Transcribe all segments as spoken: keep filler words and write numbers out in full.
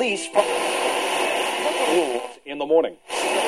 unleashed from in the morning.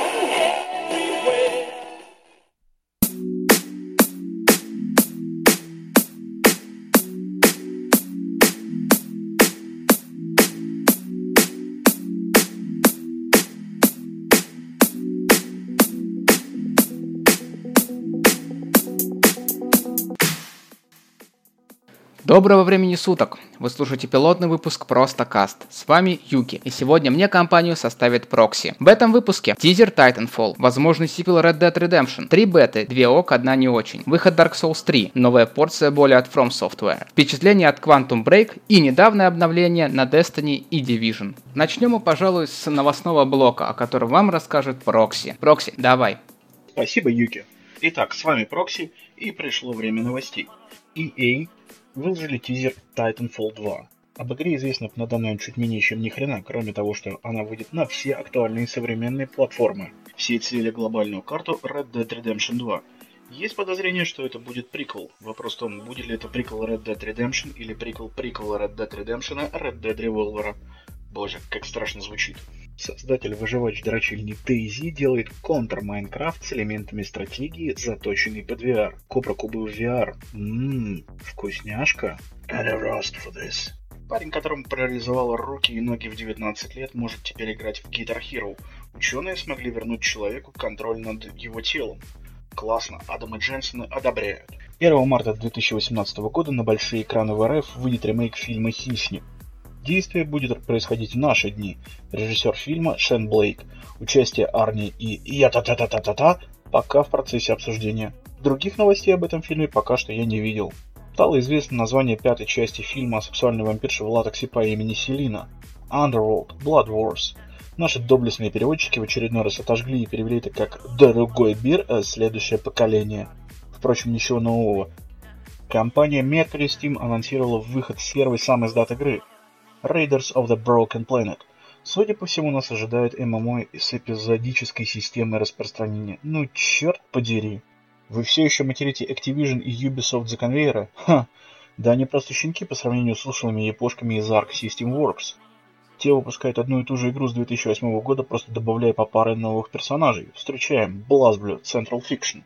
Доброго времени суток! Вы слушаете пилотный выпуск Просто Каст. С вами Юки, и сегодня мне компанию составит Прокси. В этом выпуске тизер Titanfall, возможный сиквел Red Dead Redemption, три беты, две ок, одна не очень, выход Dark Souls три, новая порция боли от From Software, впечатления от Quantum Break и недавнее обновление на Destiny и Division. Начнем мы, пожалуй, с новостного блока, о котором вам расскажет Прокси. Прокси, давай. Спасибо, Юки. Итак, с вами Прокси, и пришло время новостей. и эй выложили тизер Titanfall два. Об игре известно на данный момент чуть менее чем ни хрена, кроме того, что она выйдет на все актуальные современные платформы. Все цели глобальную карту Red Dead Redemption два. Есть подозрение, что это будет приквел. Вопрос в том, будет ли это приквел Red Dead Redemption или приквел приквела Red Dead Redemption Red Dead Revolver. Боже, как страшно звучит. Создатель выживач-дрочильни DayZ делает контр-Майнкрафт с элементами стратегии, заточенный под ви ар. Кобра-кубы в ви ар. Ммм, вкусняшка. And a roast for this. Парень, которому парализовало руки и ноги в девятнадцать лет, может теперь играть в Guitar Hero. Ученые смогли вернуть человеку контроль над его телом. Классно, Адама Дженсона одобряют. первого марта две тысячи восемнадцатого года на большие экраны в эр эф выйдет ремейк фильма «Хищник». Действие будет происходить в наши дни. Режиссер фильма Шен Блейк. Участие Арни и я-та-та-та-та-та-та пока в процессе обсуждения. Других новостей об этом фильме пока что я не видел. Стало известно название пятой части фильма о сексуальной вампирше в латексе по имени Селина. Underworld, Blood Wars. Наши доблестные переводчики в очередной раз отожгли и перевели это как «Дорогой мир, следующее поколение». Впрочем, ничего нового. Компания Mercury Steam анонсировала выход первой сам издат игры Raiders of the Broken Planet. Судя по всему, нас ожидает эм эм о с эпизодической системой распространения. Ну, черт подери. Вы все еще материте Activision и Ubisoft за конвейеры? Ха! Да они просто щенки по сравнению с ушлыми япошками из Arc System Works. Те выпускают одну и ту же игру с две тысячи восьмого года, просто добавляя по паре новых персонажей. Встречаем BlazBlue Central Fiction.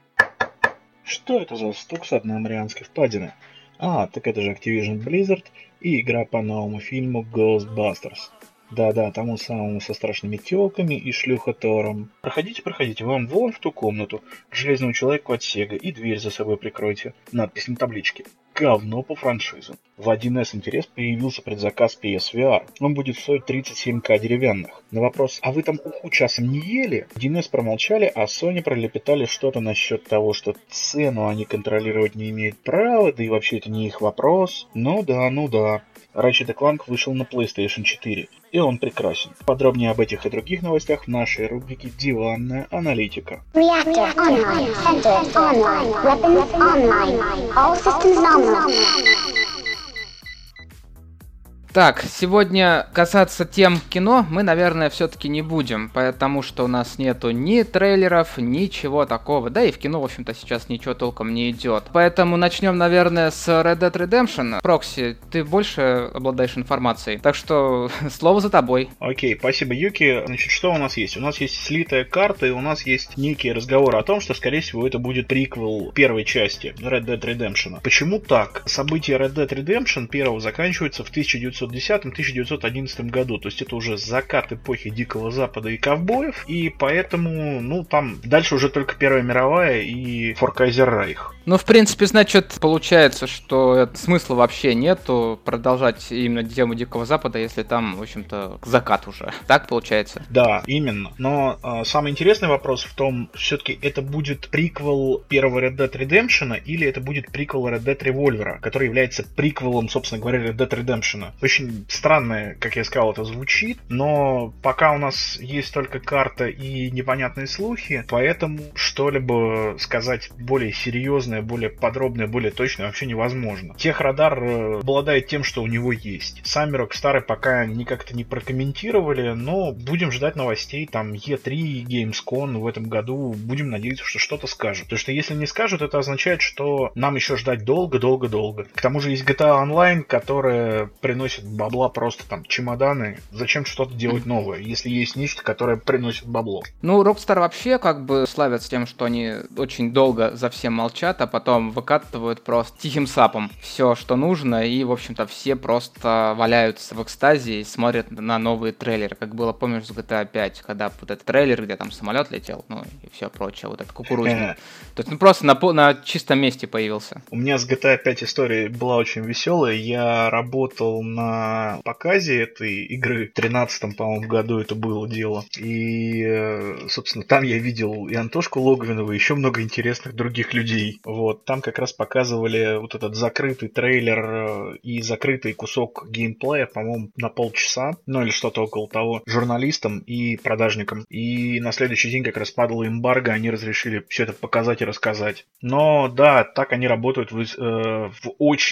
Что это за стук с одной Марианской впадины? А, так это же Activision Blizzard и игра по новому фильму Ghostbusters. Да-да, тому самому со страшными тёлками и шлюхотором. Проходите, проходите, вам вон в ту комнату, к железному человеку от Sega, и дверь за собой прикройте. Надпись на табличке. Говно по франшизам. В один эс интерес появился предзаказ пи эс ви ар. Он будет стоить тридцать семь тысяч деревянных. На вопрос, а вы там уху часом не ели? один эс промолчали, а Sony пролепетали что-то насчет того, что цену они контролировать не имеют права, да и вообще это не их вопрос. Ну да, ну да. Ratchet энд Clank вышел на PlayStation четыре, и он прекрасен. Подробнее об этих и других новостях в нашей рубрике «Диванная аналитика». Reactor online, Center online, weapons online, all systems nominal. Так, сегодня касаться тем кино мы, наверное, все-таки не будем, потому что у нас нету ни трейлеров, ничего такого, да и в кино, в общем-то, сейчас ничего толком не идет. Поэтому начнем, наверное, с Red Dead Redemption. Прокси, ты больше обладаешь информацией, так что слово за тобой. Окей, спасибо, Юки. Значит, что у нас есть? У нас есть слитая карта, и у нас есть некие разговоры о том, что, скорее всего, это будет приквел первой части Red Dead Redemption. Почему так? События Red Dead Redemption первого заканчиваются в тысяча девятьсот десятом — тысяча девятьсот одиннадцатом году, то есть это уже закат эпохи Дикого Запада и ковбоев, и поэтому, ну, там дальше уже только Первая мировая и Форкайзер-Райх. Ну, в принципе, значит, получается, что смысла вообще нету продолжать именно тему Дикого Запада, если там, в общем-то, закат уже. Так получается? Да, именно. Но э, самый интересный вопрос в том, все-таки это будет приквел первого Red Dead Redemption или это будет приквел Red Dead Revolver, который является приквелом, собственно говоря, Red Dead Redemption. Очень странно, как я сказал, это звучит, но пока у нас есть только карта и непонятные слухи, поэтому что-либо сказать более серьезно серьезное, более подробное, более точное вообще невозможно. Техрадар э, обладает тем, что у него есть. Сами Rockstar пока никак-то не прокомментировали, но будем ждать новостей, там и три, Gamescom в этом году, будем надеяться, что что-то скажут. Потому что если не скажут, это означает, что нам еще ждать долго-долго-долго. К тому же есть джи ти эй Online, которая приносит бабла просто там чемоданы. Зачем что-то делать новое, если есть нечто, которое приносит бабло? Ну, Rockstar вообще как бы славятся тем, что они очень долго за всем молчат, а потом выкатывают просто тихим сапом все, что нужно, и, в общем-то, все просто валяются в экстазе и смотрят на новые трейлеры, как было, помнишь, с джи ти эй пять, когда вот этот трейлер, где там самолет летел, ну и все прочее, вот этот кукурузник. То есть, ну, просто на, на чистом месте появился. У меня с джи ти эй пять история была очень веселая. Я работал на показе этой игры, в тринадцатом, по-моему, году это было дело. И, собственно, там я видел и Антошку Логвинова, и еще много интересных других людей. Вот, там как раз показывали вот этот закрытый трейлер и закрытый кусок геймплея, по-моему, на полчаса, ну или что-то около того, журналистам и продажникам. И на следующий день как раз падала эмбарго, они разрешили все это показать и рассказать. Но да, так они работают в, э, в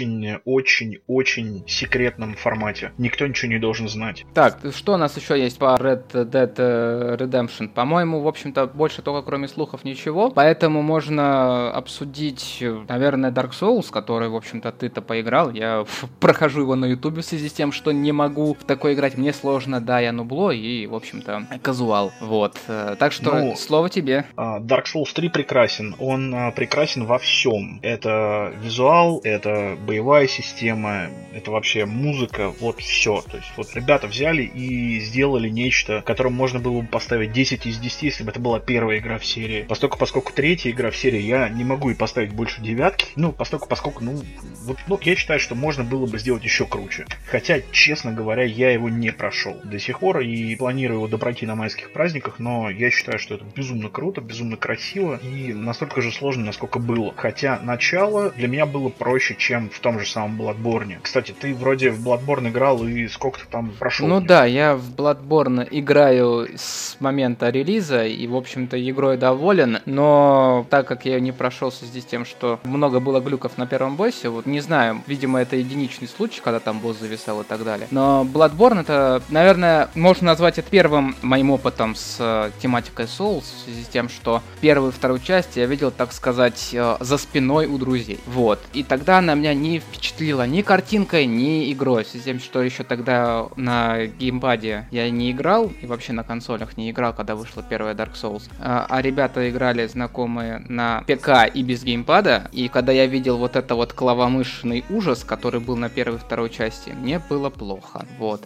очень-очень-очень секретном формате. Никто ничего не должен знать. Так, что у нас еще есть по Red Dead Redemption? По-моему, в общем-то, больше только кроме слухов ничего, поэтому можно обсудить, наверное, Dark Souls, который, в общем-то, ты-то поиграл. Я прохожу его на ютубе в связи с тем, что не могу в такой играть. Мне сложно, да, я нубло и, в общем-то, казуал. Вот. Так что ну, слово тебе. Dark Souls три прекрасен. Он прекрасен во всем. Это визуал, это боевая система, это вообще музыка, вот все. То есть вот ребята взяли и сделали нечто, которым можно было бы поставить десять из десяти, если бы это была первая игра в серии. Поскольку, поскольку третья игра в серии, я не могу и поставить больше девятки. Ну, поскольку, поскольку, ну, вот, ну, я считаю, что можно было бы сделать еще круче. Хотя, честно говоря, я его не прошел до сих пор и планирую его допройти на майских праздниках, но я считаю, что это безумно круто, безумно красиво и настолько же сложно, насколько было. Хотя начало для меня было проще, чем в том же самом Bloodborne. Кстати, ты вроде в Bloodborne играл и сколько ты там прошел? Ну да, я в Bloodborne играю с момента релиза и, в общем-то, игрой доволен, но так как я не прошел в связи с тем, что много было глюков на первом боссе, вот не знаю, видимо, это единичный случай, когда там босс зависал и так далее. Но Bloodborne это, наверное, можно назвать это первым моим опытом с э, тематикой Souls, в связи с тем, что первую и вторую часть я видел, так сказать, э, за спиной у друзей. Вот. И тогда она меня не впечатлила ни картинкой, ни игрой. В связи с тем, что еще тогда на геймпаде я не играл, и вообще на консолях не играл, когда вышла первая Dark Souls. А, а ребята играли знакомые на ПК и без геймпада, и когда я видел вот это вот клавомышный ужас, который был на первой и второй части, мне было плохо. Вот.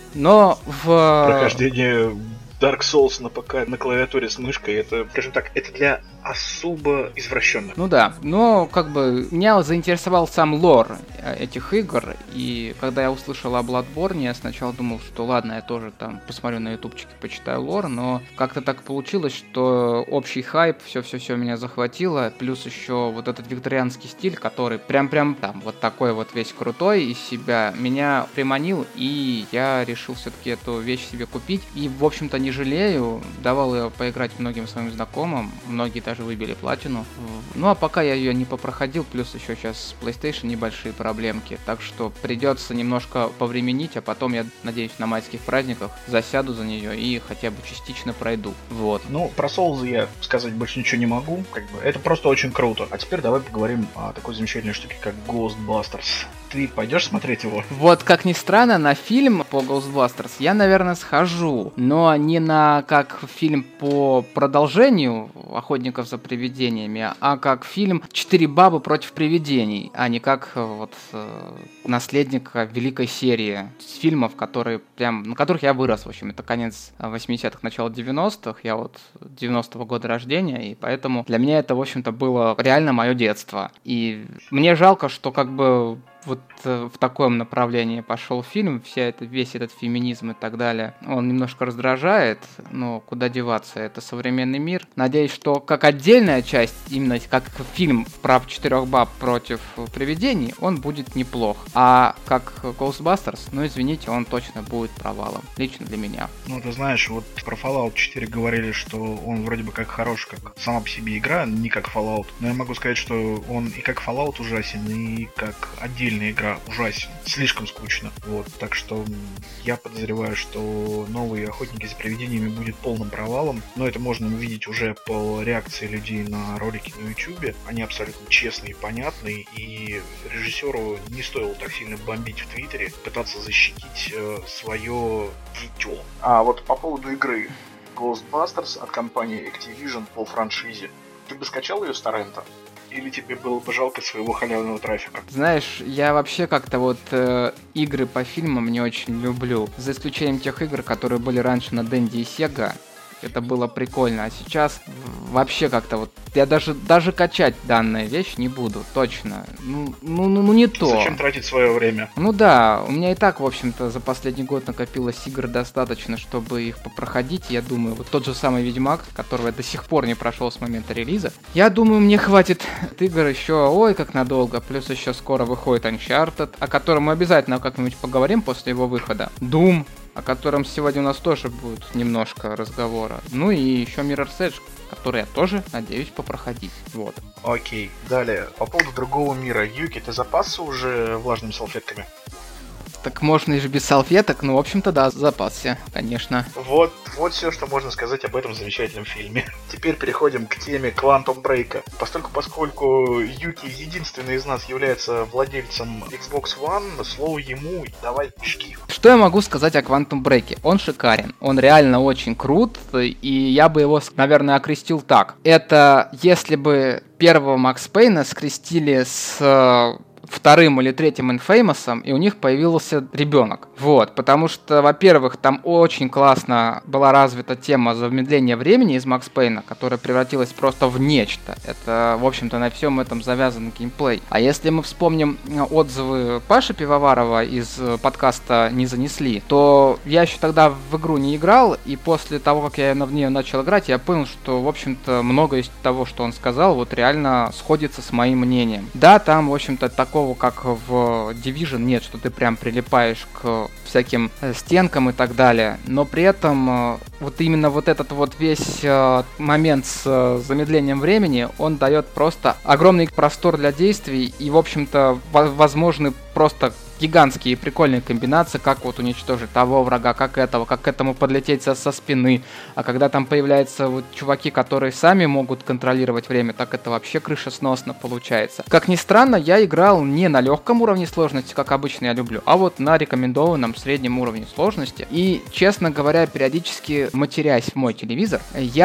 Но в... Прохождение Dark Souls на ПК на клавиатуре с мышкой, это, скажем так, это для особо извращенных. Ну да, но как бы меня заинтересовал сам лор этих игр, и когда я услышал о Bloodborne, я сначала думал, что ладно, я тоже там посмотрю на ютубчике, почитаю лор, но как-то так получилось, что общий хайп, все-все-все меня захватило, плюс еще вот этот викторианский стиль, который прям-прям там вот такой вот весь крутой из себя, меня приманил, и я решил все-таки эту вещь себе купить, и в общем-то не жалею, давал ее поиграть многим своим знакомым, многие даже выбили платину. Ну а пока я ее не попроходил, плюс еще сейчас с PlayStation небольшие проблемки, так что придется немножко повременить, а потом, я надеюсь, на майских праздниках засяду за нее и хотя бы частично пройду. Вот. Ну, про Souls я сказать больше ничего не могу, как бы это просто очень круто. А теперь давай поговорим о такой замечательной штуке, как Ghostbusters. Ты пойдешь смотреть его? Вот, как ни странно, на фильм по Ghostbusters я, наверное, схожу, но не на как фильм по продолжению Охотников за привидениями, а как фильм «Четыре бабы против привидений», а не как вот наследник великой серии фильмов, которые прям, на которых я вырос, в общем, это конец восьмидесятых, начало девяностых, я вот девяностого года рождения, и поэтому для меня это, в общем-то, было реально мое детство. И мне жалко, что как бы вот э, в таком направлении пошел фильм, вся это, весь этот феминизм и так далее, он немножко раздражает, но куда деваться, это современный мир. Надеюсь, что как отдельная часть, именно как фильм про четырех баб против привидений, он будет неплох. А как Ghostbusters, ну извините, он точно будет провалом, лично для меня. Ну, ты знаешь, вот про Fallout четыре говорили, что он вроде бы как хорош, как сама по себе игра, не как Fallout. Но я могу сказать, что он и как Fallout ужасен, и как отдельная игра ужасен. Слишком скучно. Вот, так что я подозреваю, что новые Охотники за привидениями будет полным провалом. Но это можно увидеть уже по реакции людей на ролики на YouTube. Они абсолютно честные и понятные, и режиссеру не стоило так сильно бомбить в Твиттере, пытаться защитить э, свое дитё. А вот по поводу игры Ghostbusters от компании Activision по франшизе. Ты бы скачал ее с торрента? Или тебе было бы жалко своего халявного трафика? Знаешь, я вообще как-то вот э, игры по фильмам не очень люблю. За исключением тех игр, которые были раньше на Денди и Sega. Это было прикольно, а сейчас вообще как-то вот я даже даже качать данную вещь не буду, точно. Ну, ну, ну, ну не то. Зачем тратить свое время? Ну да, у меня и так, в общем-то, за последний год накопилось игр достаточно, чтобы их попроходить. Я думаю, вот тот же самый Ведьмак, которого я до сих пор не прошел с момента релиза. Я думаю, мне хватит игр еще, ой, как надолго. Плюс еще скоро выходит Uncharted, о котором мы обязательно как-нибудь поговорим после его выхода. Doom, о котором сегодня у нас тоже будет немножко разговора. Ну и еще Mirror's Edge, который я тоже надеюсь попроходить. Вот. Окей, далее. По поводу другого мира. Юки, ты запасся уже влажными салфетками? Так можно и же без салфеток, ну, в общем-то, да, запасся, конечно. Вот, вот все, что можно сказать об этом замечательном фильме. Теперь переходим к теме Quantum Break. Постольку, поскольку Юки единственный из нас является владельцем Xbox One, слово ему, давай шки. Что я могу сказать о Quantum Break? Он шикарен, он реально очень крут, и я бы его, наверное, окрестил так. Это если бы первого Макс Пейна скрестили с вторым или третьим Infamous, и у них появился ребенок. Вот, потому что, во-первых, там очень классно была развита тема замедления времени из Макс Пейна, которая превратилась просто в нечто. Это, в общем-то, на всем этом завязан геймплей. А если мы вспомним отзывы Паши Пивоварова из подкаста «Не занесли», то я еще тогда в игру не играл, и после того, как я в нее начал играть, я понял, что, в общем-то, многое из того, что он сказал, вот реально сходится с моим мнением. Да, там, в общем-то, такого, как в Division, нет, что ты прям прилипаешь к всяким стенкам и так далее, но при этом вот именно вот этот вот весь момент с замедлением времени, он дает просто огромный простор для действий и, в общем-то, возможны просто гигантские прикольные комбинации, как вот уничтожить того врага, как этого, как к этому подлететь со, со спины. А когда там появляются вот чуваки, которые сами могут контролировать время, так это вообще крышесносно получается. Как ни странно, я играл не на легком уровне сложности, как обычно я люблю, а вот на рекомендованном среднем уровне сложности. И, честно говоря, периодически матерясь в мой телевизор,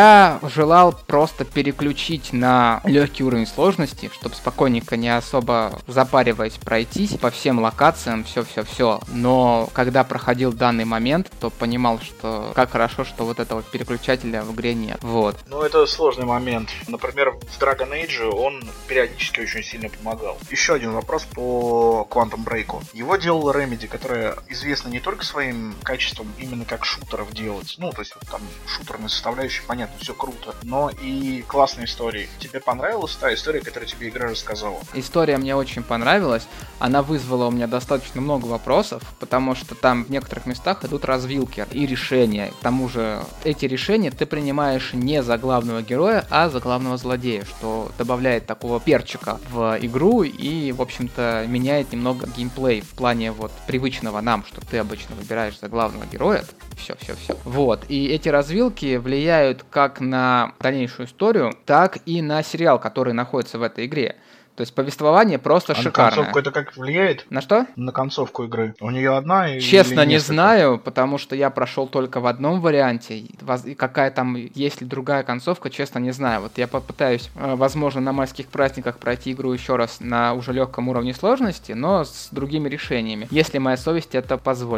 я желал просто переключить на легкий уровень сложности, чтобы спокойненько, не особо запариваясь, пройтись по всем локациям, все-все-все. Но когда проходил данный момент, то понимал, что как хорошо, что вот этого переключателя в игре нет. Вот. Ну, это сложный момент. Например, в Dragon Age он периодически очень сильно помогал. Еще один вопрос по Quantum Break. Его делала Remedy, которая известна не только своим качеством именно как шутеров делать. Ну, то есть вот там шутерная составляющая, понятно, все круто. Но и классные истории. Тебе понравилась та история, которую тебе игра рассказала? История мне очень понравилась. Она вызвала у меня достаточно достаточно много вопросов, потому что там в некоторых местах идут развилки и решения. К тому же эти решения ты принимаешь не за главного героя, а за главного злодея, что добавляет такого перчика в игру и, в общем-то, меняет немного геймплей в плане вот привычного нам, что ты обычно выбираешь за главного героя. Все-все-все. Вот. И эти развилки влияют как на дальнейшую историю, так и на сериал, который находится в этой игре. То есть повествование просто а шикарное. На концовку это как влияет? На что? На концовку игры. У нее одна или Честно, не несколько? знаю, потому что я прошел только в одном варианте. И какая там, есть ли другая концовка, честно, не знаю. Вот я попытаюсь, возможно, на майских праздниках пройти игру еще раз на уже легком уровне сложности, но с другими решениями, если моя совесть это позволит.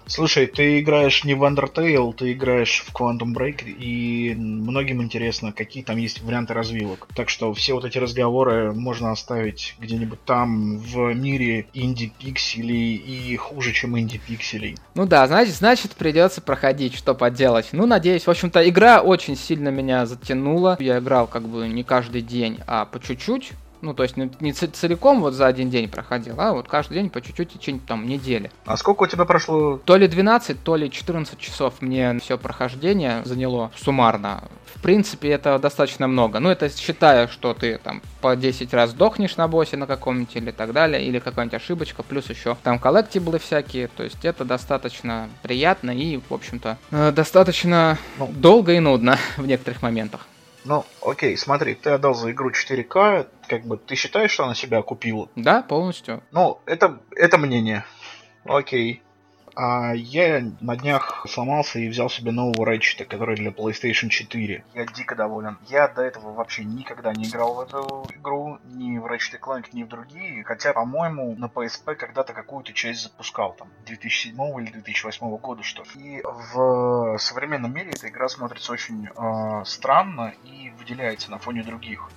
Слушай, ты играешь не в Undertale, ты играешь в Quantum Break, и многим интересно, какие там есть варианты развилок. Так что все вот эти разговоры можно оставить где-нибудь там в мире инди-пикселей и хуже, чем инди-пикселей. Ну да, значит, значит придется проходить, что поделать. Ну, надеюсь, в общем-то, игра очень сильно меня затянула. Я играл как бы не каждый день, а по чуть-чуть. Ну, то есть не целиком вот за один день проходил, а вот каждый день по чуть-чуть в течение там недели. А сколько у тебя прошло? То ли двенадцать, то ли четырнадцать часов мне все прохождение заняло суммарно. В принципе, это достаточно много. Ну, это считая, что ты там по десять раз сдохнешь на боссе на каком-нибудь или так далее, или какая-нибудь ошибочка, плюс еще там коллектиблы всякие. То есть это достаточно приятно и, в общем-то, достаточно ну, долго и нудно в некоторых моментах. Ну, окей, смотри, ты отдал за игру четыре ка, как бы, ты считаешь, что она себя окупила? Да, полностью. Ну, это, это мнение. Окей. А я на днях сломался и взял себе нового Ratchet, который для PlayStation четыре. Я дико доволен. Я до этого вообще никогда не играл в эту игру, ни в Ratchet энд Clank, ни в другие. Хотя, по-моему, на пи эс пи когда-то какую-то часть запускал, там, две тысячи седьмого или две тысячи восьмого года, что ли. И в современном мире эта игра смотрится очень э, странно и выделяется на фоне других.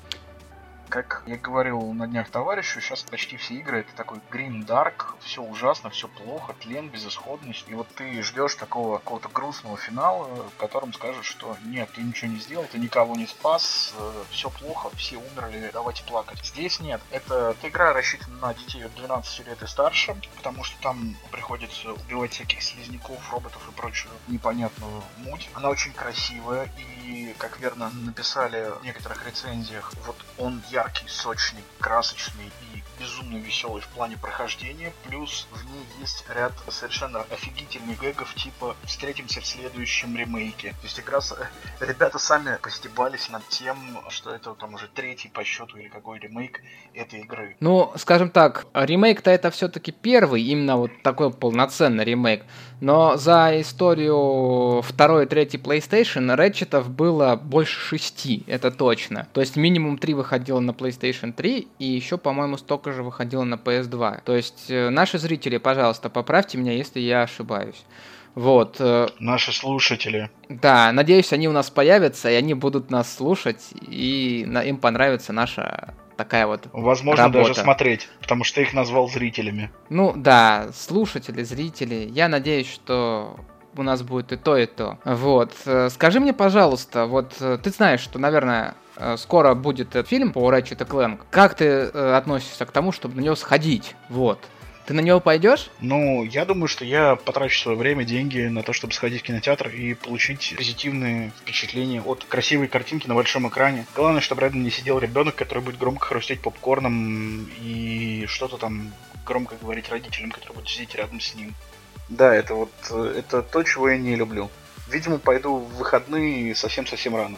Как я говорил на днях товарищу, сейчас почти все игры это такой green dark, все ужасно, все плохо, тлен, безысходность. И вот ты ждешь такого какого-то грустного финала, в котором скажут, что нет, ты ничего не сделал, ты никого не спас, все плохо, все умерли, давайте плакать. Здесь нет. Это, эта игра рассчитана на детей от двенадцати лет и старше, потому что там приходится убивать всяких слизняков, роботов и прочую непонятную муть. Она очень красивая и, как верно написали в некоторых рецензиях, вот он я яркий, сочный, красочный и безумно веселый в плане прохождения, плюс в ней есть ряд совершенно офигительных гэгов, типа «встретимся в следующем ремейке». То есть игра, ребята сами постебались над тем, что это там уже третий по счету или какой ремейк этой игры. Ну, скажем так, ремейк-то это все-таки первый, именно вот такой полноценный ремейк. Но за историю второй и третий PlayStation Ratchet'ов было больше шести, это точно. То есть минимум три выходило на PlayStation три, и еще, по-моему, столько же выходило на пи эс два. То есть наши зрители, пожалуйста, поправьте меня, если я ошибаюсь. Вот. Наши слушатели. Да, надеюсь, они у нас появятся, и они будут нас слушать, и им понравится наша такая вот возможно, работа. Даже смотреть, потому что их назвал зрителями. Ну да, слушатели, зрители. Я надеюсь, что у нас будет и то, и то. Вот. Скажи мне, пожалуйста, вот ты знаешь, что, наверное, скоро будет фильм по Ratchet энд Clank. Как ты относишься к тому, чтобы на него сходить? Вот. Ты на него пойдешь? Ну, я думаю, что я потрачу свое время, деньги на то, чтобы сходить в кинотеатр и получить позитивные впечатления от красивой картинки на большом экране. Главное, чтобы рядом не сидел ребенок, который будет громко хрустеть попкорном и что-то там громко говорить родителям, которые будут сидеть рядом с ним. Да, это вот это то, чего я не люблю. Видимо, пойду в выходные совсем-совсем рано.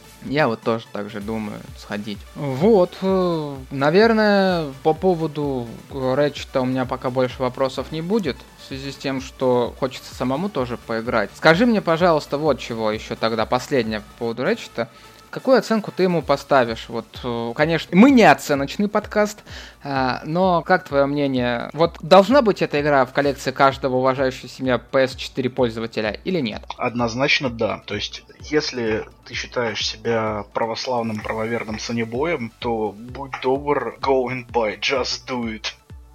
Я вот тоже так же думаю сходить. Вот, наверное, по поводу Ratchet'а у меня пока больше вопросов не будет, в связи с тем, что хочется самому тоже поиграть. Скажи мне, пожалуйста, вот чего еще тогда, последнее по поводу Ratchet'а. Какую оценку ты ему поставишь? Вот, конечно, мы не оценочный подкаст, но как твое мнение? Вот должна быть эта игра в коллекции каждого уважающего себя пи эс четыре пользователя или нет? Однозначно да. То есть, если ты считаешь себя православным, правоверным сонебоем, то будь добр, go and buy, just do it.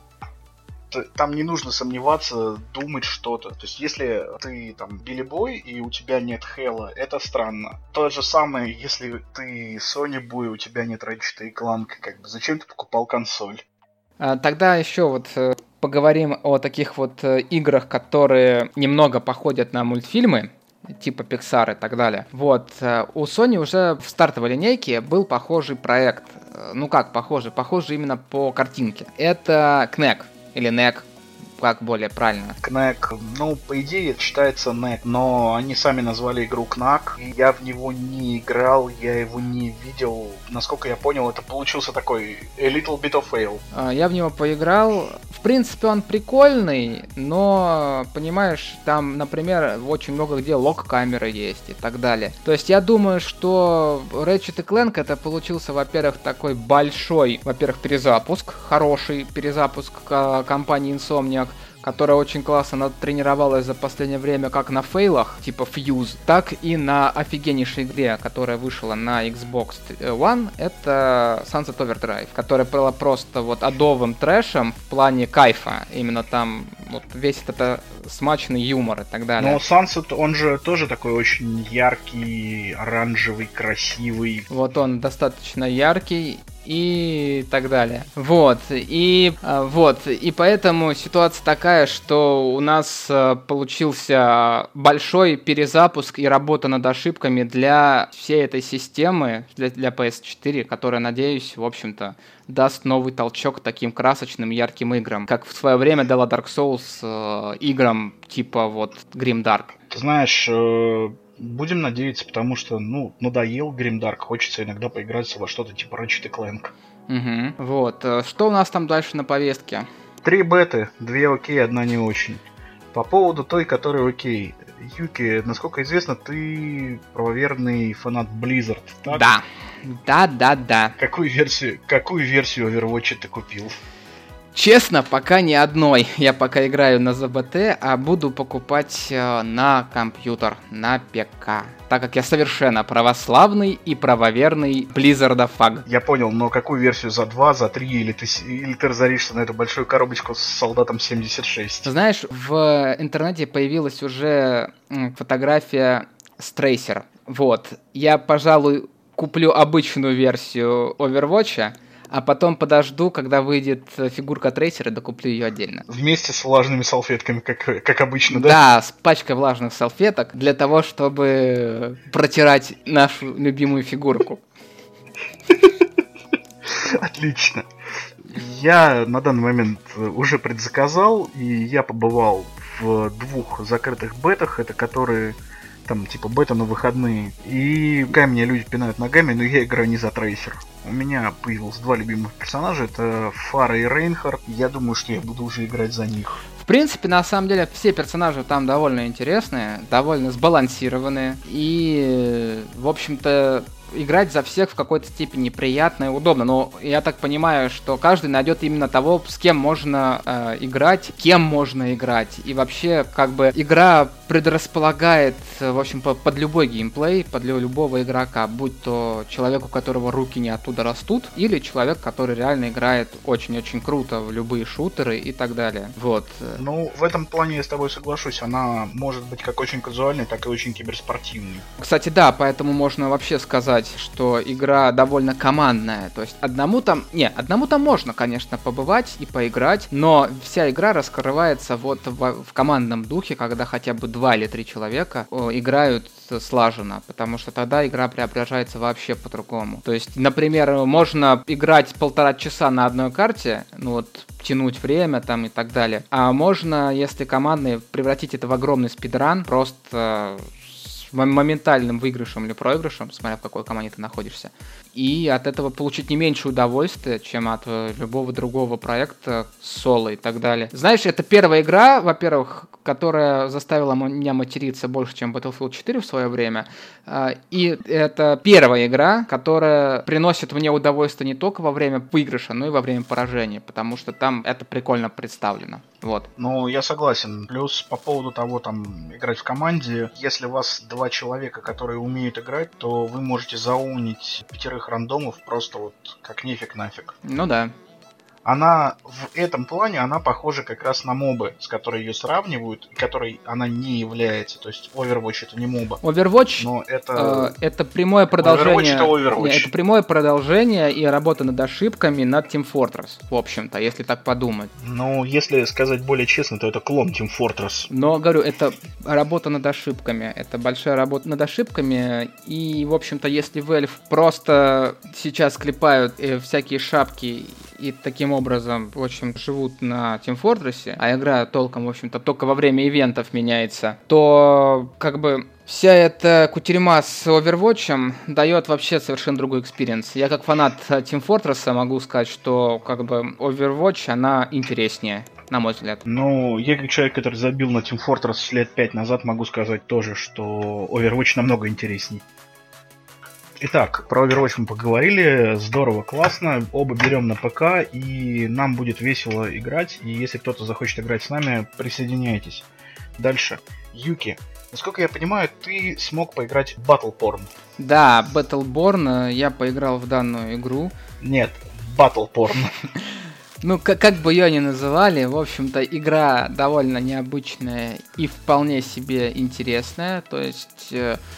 Там не нужно сомневаться, думать что-то. То есть, если ты там билибой и у тебя нет Хэлла, это странно. То же самое, если ты Sony Boy, у тебя нет Ratchet и Clank, как бы зачем ты покупал консоль? А, тогда еще вот поговорим о таких вот играх, которые немного походят на мультфильмы, типа Pixar и так далее. Вот, у Sony уже в стартовой линейке был похожий проект. Ну как похожий? Похожий именно по картинке. Это кнек. Или нек, как более правильно. Кнек, ну, по идее, это считается нек, но они сами назвали игру Кнак, и я в него не играл, я его не видел. Насколько я понял, это получился такой a little bit of fail. Я в него поиграл. В принципе, он прикольный, но, понимаешь, там, например, очень много где лок-камеры есть и так далее. То есть я думаю, что Ratchet и Clank это получился, во-первых, такой большой, во-первых, перезапуск, хороший перезапуск компании Insomniac, которая очень классно тренировалась за последнее время как на фейлах, типа Fuse, так и на офигеннейшей игре, которая вышла на Xbox One, это Sunset Overdrive, которая была просто вот адовым трэшем в плане кайфа. Именно там вот весь этот смачный юмор и так далее. Но Sunset, он же тоже такой очень яркий, оранжевый, красивый. Вот он достаточно яркий и так далее. Вот, и вот, и поэтому ситуация такая, что у нас получился большой перезапуск и работа над ошибками для всей этой системы, для, для пи эс четыре, которая, надеюсь, в общем-то, даст новый толчок таким красочным, ярким играм, как в свое время дала Dark Souls э, играм типа вот Grimdark. Ты знаешь, э, будем надеяться, потому что, ну, надоел Grimdark, хочется иногда поиграть во что-то типа Ratchet and Clank. Угу. Вот, что у нас там дальше на повестке? Три беты, две окей, одна не очень. По поводу той, которая окей. Юки, насколько известно, ты правоверный фанат Blizzard, так? Да. Да, да, да. Какую версию, какую версию Overwatch ты купил? Честно, пока ни одной. Я пока играю на зэ бэ тэ, а буду покупать э, на компьютер, на ПК. Так как я совершенно православный и правоверный Blizzard-фаг. Я понял, но какую версию, за два, за три, или ты, или ты разоришься на эту большую коробочку с солдатом семьдесят шесть? Знаешь, в интернете появилась уже фотография с трейсер. Вот. Я, пожалуй, куплю обычную версию Overwatch, а потом подожду, когда выйдет фигурка трейсера, докуплю ее отдельно. Вместе с влажными салфетками, как, как обычно, да? Да, с пачкой влажных салфеток, для того, чтобы протирать нашу любимую фигурку. Отлично. Я на данный момент уже предзаказал, и я побывал в двух закрытых бетах, это которые... там, типа, бета на выходные. И пока меня люди пинают ногами, но я играю не за трейсер. У меня появилось два любимых персонажа, это Фара и Рейнхард. Я думаю, что я буду уже играть за них. В принципе, на самом деле, все персонажи там довольно интересные, довольно сбалансированные. И, в общем-то, играть за всех в какой-то степени приятно и удобно. Но я так понимаю, что каждый найдет именно того, с кем можно э, играть, кем можно играть. И вообще, как бы, игра предрасполагает, в общем, под любой геймплей, под любого игрока. Будь то человек, у которого руки не оттуда растут, или человек, который реально играет очень-очень круто в любые шутеры и так далее. Вот. Ну, в этом плане я с тобой соглашусь. Она может быть как очень казуальной, так и очень киберспортивной. Кстати, да, поэтому можно вообще сказать, что игра довольно командная. То есть одному там... Не, одному там можно, конечно, побывать и поиграть, но вся игра раскрывается вот в, в командном духе, когда хотя бы два или три человека о, играют слаженно, потому что тогда игра преображается вообще по-другому. То есть, например, можно играть полтора часа на одной карте, ну вот, тянуть время там и так далее. А можно, если командный, превратить это в огромный спидран, просто с моментальным выигрышем или проигрышем, смотря в какой команде ты находишься. И от этого получить не меньше удовольствия, чем от любого другого проекта, соло и так далее. Знаешь, это первая игра, во-первых, которая заставила меня материться больше, чем Battlefield четыре в свое время. И это первая игра, которая приносит мне удовольствие не только во время выигрыша, но и во время поражения, потому что там это прикольно представлено. Вот. Ну, я согласен. Плюс по поводу того, там, играть в команде, если у вас два человека, которые умеют играть, то вы можете заунить пятерых рандомов просто вот как нефиг нафиг. Ну да. Она в этом плане, она похожа как раз на мобы, с которой ее сравнивают, которой она не является. То есть Overwatch это не моба. Overwatch, но это... Э, это прямое продолжение... Overwatch это Overwatch. Это прямое продолжение и работа над ошибками над Team Fortress, в общем-то, если так подумать. Ну, если сказать более честно, то это клон Team Fortress. Но, говорю, это работа над ошибками. Это большая работа над ошибками. И, в общем-то, если Valve просто сейчас клепают э, всякие шапки и таким образом, в общем, живут на Team Fortress, а игра толком, в общем-то, только во время ивентов меняется, то, как бы, вся эта кутерьма с Overwatch дает вообще совершенно другой экспириенс. Я как фанат Team Fortress могу сказать, что, как бы, Overwatch, она интереснее, на мой взгляд. Ну, я как человек, который забил на Team Fortress лет пять назад, могу сказать тоже, что Overwatch намного интересней. Итак, про Overwatch мы поговорили, здорово, классно, оба берем на ПК, и нам будет весело играть, и если кто-то захочет играть с нами, присоединяйтесь. Дальше. Юки, насколько я понимаю, ты смог поиграть в Battleborn. Да, Battleborn, я поиграл в данную игру. Нет, Battleborn. Ну, как, как бы ее ни называли, в общем-то, игра довольно необычная и вполне себе интересная, то есть...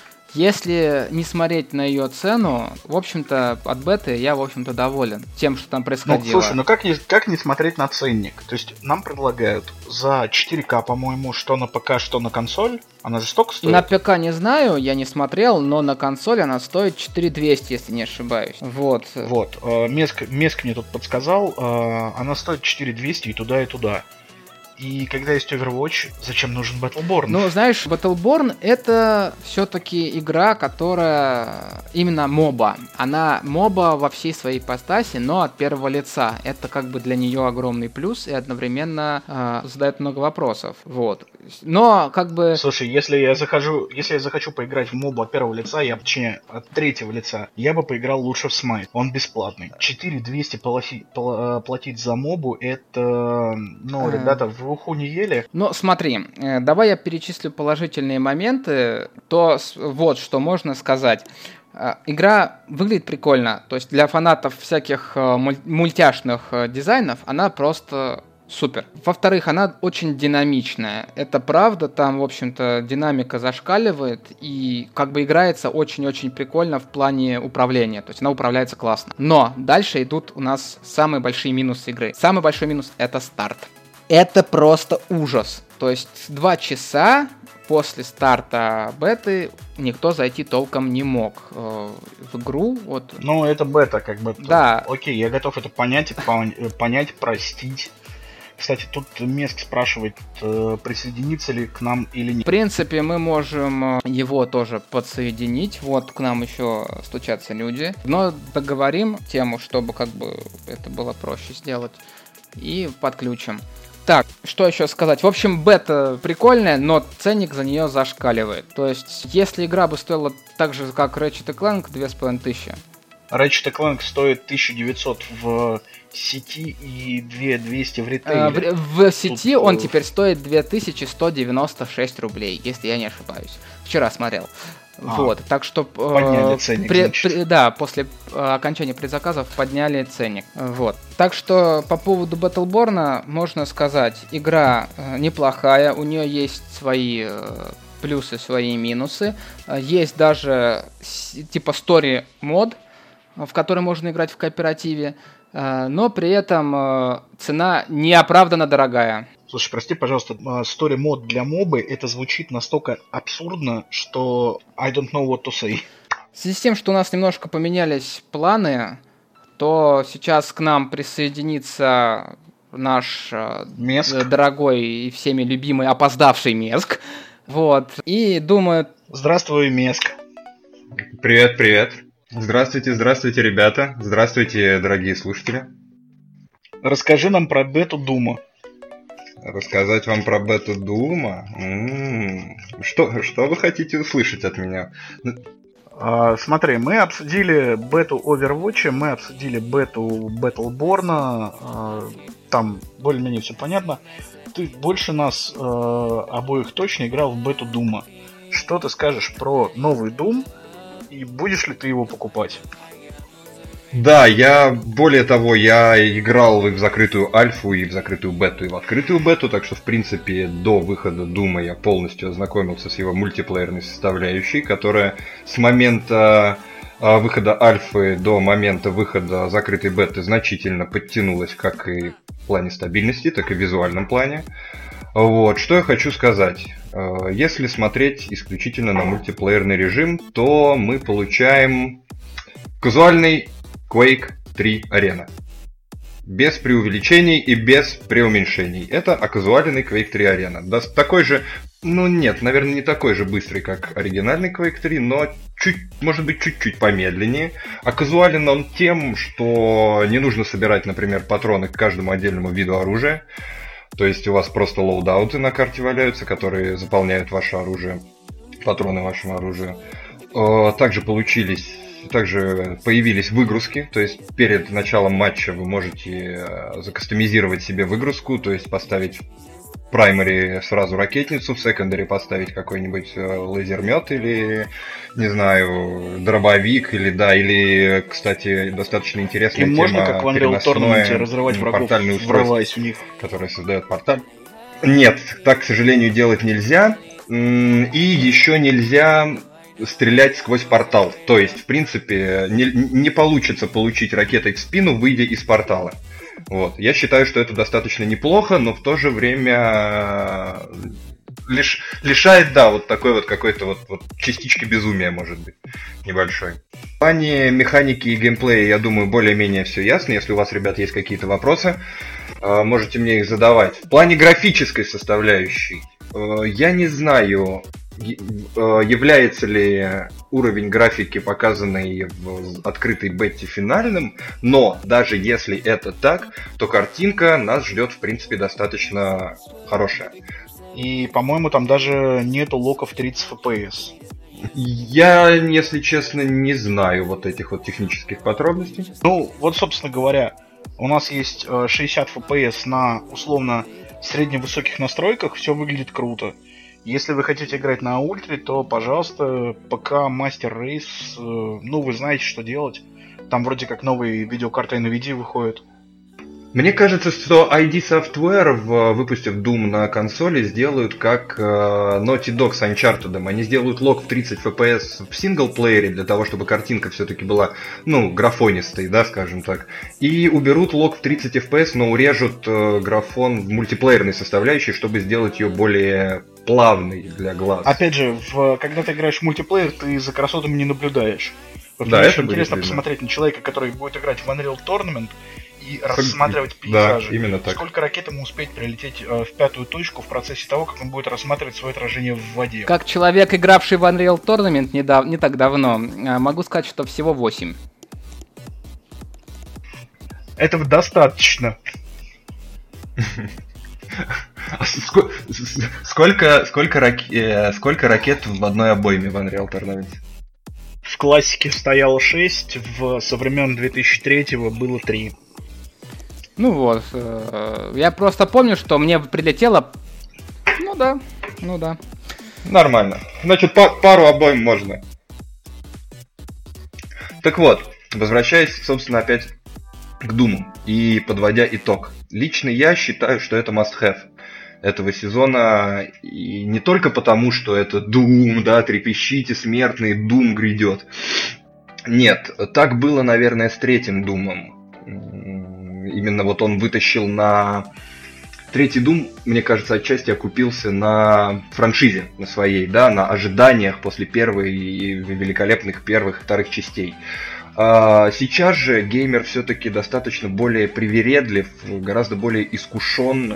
Если не смотреть на ее цену, в общем-то, от беты я, в общем-то, доволен тем, что там происходило. Ну, слушай, ну как не, как не смотреть на ценник? То есть нам предлагают за четыре ка, по-моему, что на ПК, что на консоль. Она же столько стоит? На ПК не знаю, я не смотрел, но на консоль она стоит четыре тысячи двести, если не ошибаюсь. Вот. Вот. Меск, Меск мне тут подсказал, она стоит четыре тысячи двести и туда, и туда. И когда есть Overwatch, зачем нужен Battleborn? Ну, знаешь, Battleborn это все-таки игра, которая именно моба. Она моба во всей своей ипостаси, но от первого лица. Это как бы для нее огромный плюс и одновременно э, задает много вопросов. Вот. Но как бы... Слушай, если я захожу, если я захочу поиграть в мобу от первого лица, я, точнее, от третьего лица, я бы поиграл лучше в Smite. Он бесплатный. четыре тысячи двести плати, платить за мобу, это, ну, а... ребята, в уху не ели. Ну, смотри, э, давай я перечислю положительные моменты, то с, вот что можно сказать. Э, игра выглядит прикольно, то есть для фанатов всяких э, муль- мультяшных э, дизайнов она просто супер. Во-вторых, она очень динамичная, это правда, там, в общем-то, динамика зашкаливает и как бы играется очень-очень прикольно в плане управления, то есть она управляется классно. Но дальше идут у нас самые большие минусы игры. Самый большой минус — это старт. Это просто ужас. То есть два часа после старта беты никто зайти толком не мог э, в игру. Вот. Ну, это бета, как бы. Да. Окей, я готов это понять, понять, простить. Кстати, тут Меск спрашивает, присоединиться ли к нам или нет. В принципе, мы можем его тоже подсоединить. Вот к нам еще стучатся люди. Но договорим тему, чтобы как бы это было проще сделать. И подключим. Так, что еще сказать? В общем, бета прикольная, но ценник за нее зашкаливает. То есть, если игра бы стоила так же, как Ratchet энд Clank, две с половиной тысячи. Ratchet энд Clank стоит тысяча девятьсот в сети и две тысячи двести в ритейле. А, в, в сети Тут... он теперь стоит две тысячи сто девяносто шесть рублей, если я не ошибаюсь. Вчера смотрел. А, вот, так что подняли ценник, при, при, да, после э, окончания предзаказов подняли ценник. Вот. Так что по поводу Battleborn можно сказать, игра э, неплохая, у нее есть свои э, плюсы, свои минусы. Э, есть даже с, типа story мод, в который можно играть в кооперативе, э, но при этом э, цена неоправданно дорогая. Слушай, прости, пожалуйста, story мод для мобы, это звучит настолько абсурдно, что I don't know what to say. В связи с тем, что у нас немножко поменялись планы, то сейчас к нам присоединится наш Меск. Дорогой и всеми любимый опоздавший Меск. Вот. И думаю... Здравствуй, Меск. Привет, привет. Здравствуйте, здравствуйте, ребята. Здравствуйте, дорогие слушатели. Расскажи нам про бету Дума. Рассказать вам про бету Дума? М-м-м. Что, что вы хотите услышать от меня? А, смотри, мы обсудили бету Overwatch, мы обсудили бету Battleborn, а, там более-менее все понятно. Ты больше нас а, обоих точно играл в бету Дума. Что ты скажешь про новый Doom и будешь ли ты его покупать? Да, я, более того, я играл и в закрытую альфу, и в закрытую бету, и в открытую бету, так что, в принципе, до выхода Дума я полностью ознакомился с его мультиплеерной составляющей, которая с момента э, выхода альфы до момента выхода закрытой беты значительно подтянулась как и в плане стабильности, так и в визуальном плане. Вот, что я хочу сказать. Если смотреть исключительно на мультиплеерный режим, то мы получаем казуальный Quake три Arena. Без преувеличений и без преуменьшений. Это оказуаленный Quake три Arena. Да, такой же, ну нет, наверное, не такой же быстрый, как оригинальный Quake три, но чуть, может быть, чуть-чуть помедленнее. Оказуален он тем, что не нужно собирать, например, патроны к каждому отдельному виду оружия. То есть у вас просто лоудауты на карте валяются, которые заполняют ваше оружие, патроны вашему оружию. Также получились также появились выгрузки, то есть перед началом матча вы можете закастомизировать себе выгрузку, то есть поставить в праймари сразу ракетницу, в секондаре поставить какой-нибудь лазермет или, не знаю, дробовик, или да, или, кстати, достаточно интересная и тема. Можно, как в Unreal Tournament, разрывать врагов, врываясь в них. Которые создает порталь. Нет, так, к сожалению, делать нельзя. И еще нельзя стрелять сквозь портал. То есть, в принципе, не, не получится получить ракетой в спину, выйдя из портала. Вот. Я считаю, что это достаточно неплохо, но в то же время лиш, лишает, да, вот такой вот какой-то вот, вот частички безумия, может быть, небольшой. В плане механики и геймплея, я думаю, более-менее все ясно. Если у вас, ребят, есть какие-то вопросы, можете мне их задавать. В плане графической составляющей, я не знаю, является ли уровень графики, показанный в открытой бете, финальным, но даже если это так, то картинка нас ждет, в принципе, достаточно хорошая. И, по-моему, там даже нету локов тридцать эф пи эс. Я, если честно, не знаю вот этих вот технических подробностей. Ну, вот, собственно говоря, у нас есть шестьдесят эф пи эс на, условно, средневысоких настройках, все выглядит круто. Если вы хотите играть на ультре, то, пожалуйста, ПК Master Race, ну, вы знаете, что делать. Там вроде как новые видеокарты эн ви ди выходят. Мне кажется, что ай ди Software, выпустив Doom на консоли, сделают как Naughty Dog с Uncharted. Они сделают лог в тридцать эф пи эс в синглплеере, для того, чтобы картинка все-таки была, ну, графонистой, да, скажем так. И уберут лог в тридцать эф пи эс, но урежут графон в мультиплеерной составляющей, чтобы сделать ее более плавной для глаз. Опять же, в, когда ты играешь в мультиплеер, ты за красотами не наблюдаешь. Вот да, мне это интересно посмотреть на человека, который будет играть в Unreal Tournament, и рассматривать пейзажи. Да, именно так. Сколько ракет ему успеть прилететь э, в пятую точку в процессе того, как он будет рассматривать свое отражение в воде. Как человек, игравший в Unreal Tournament не, дав- не так давно, могу сказать, что всего восемь. Этого достаточно. Сколько, сколько, раке... сколько ракет в одной обойме в Unreal Tournament? В классике стояло шесть, в со времен две тысячи третьего было три. Ну вот, э, я просто помню, что мне прилетело... Ну да, ну да. Нормально. Значит, па- пару обоим можно. Так вот, возвращаясь, собственно, опять к Думу и подводя итог. Лично я считаю, что это must-have этого сезона, и не только потому, что это Doom, да, трепещите, смертные, Doom грядет. Нет, так было, наверное, с третьим Думом. Именно вот он вытащил на... Третий Doom, мне кажется, отчасти окупился на франшизе, на своей, да, на ожиданиях после первой и великолепных первых и вторых частей. Сейчас же геймер все-таки достаточно более привередлив, гораздо более искушен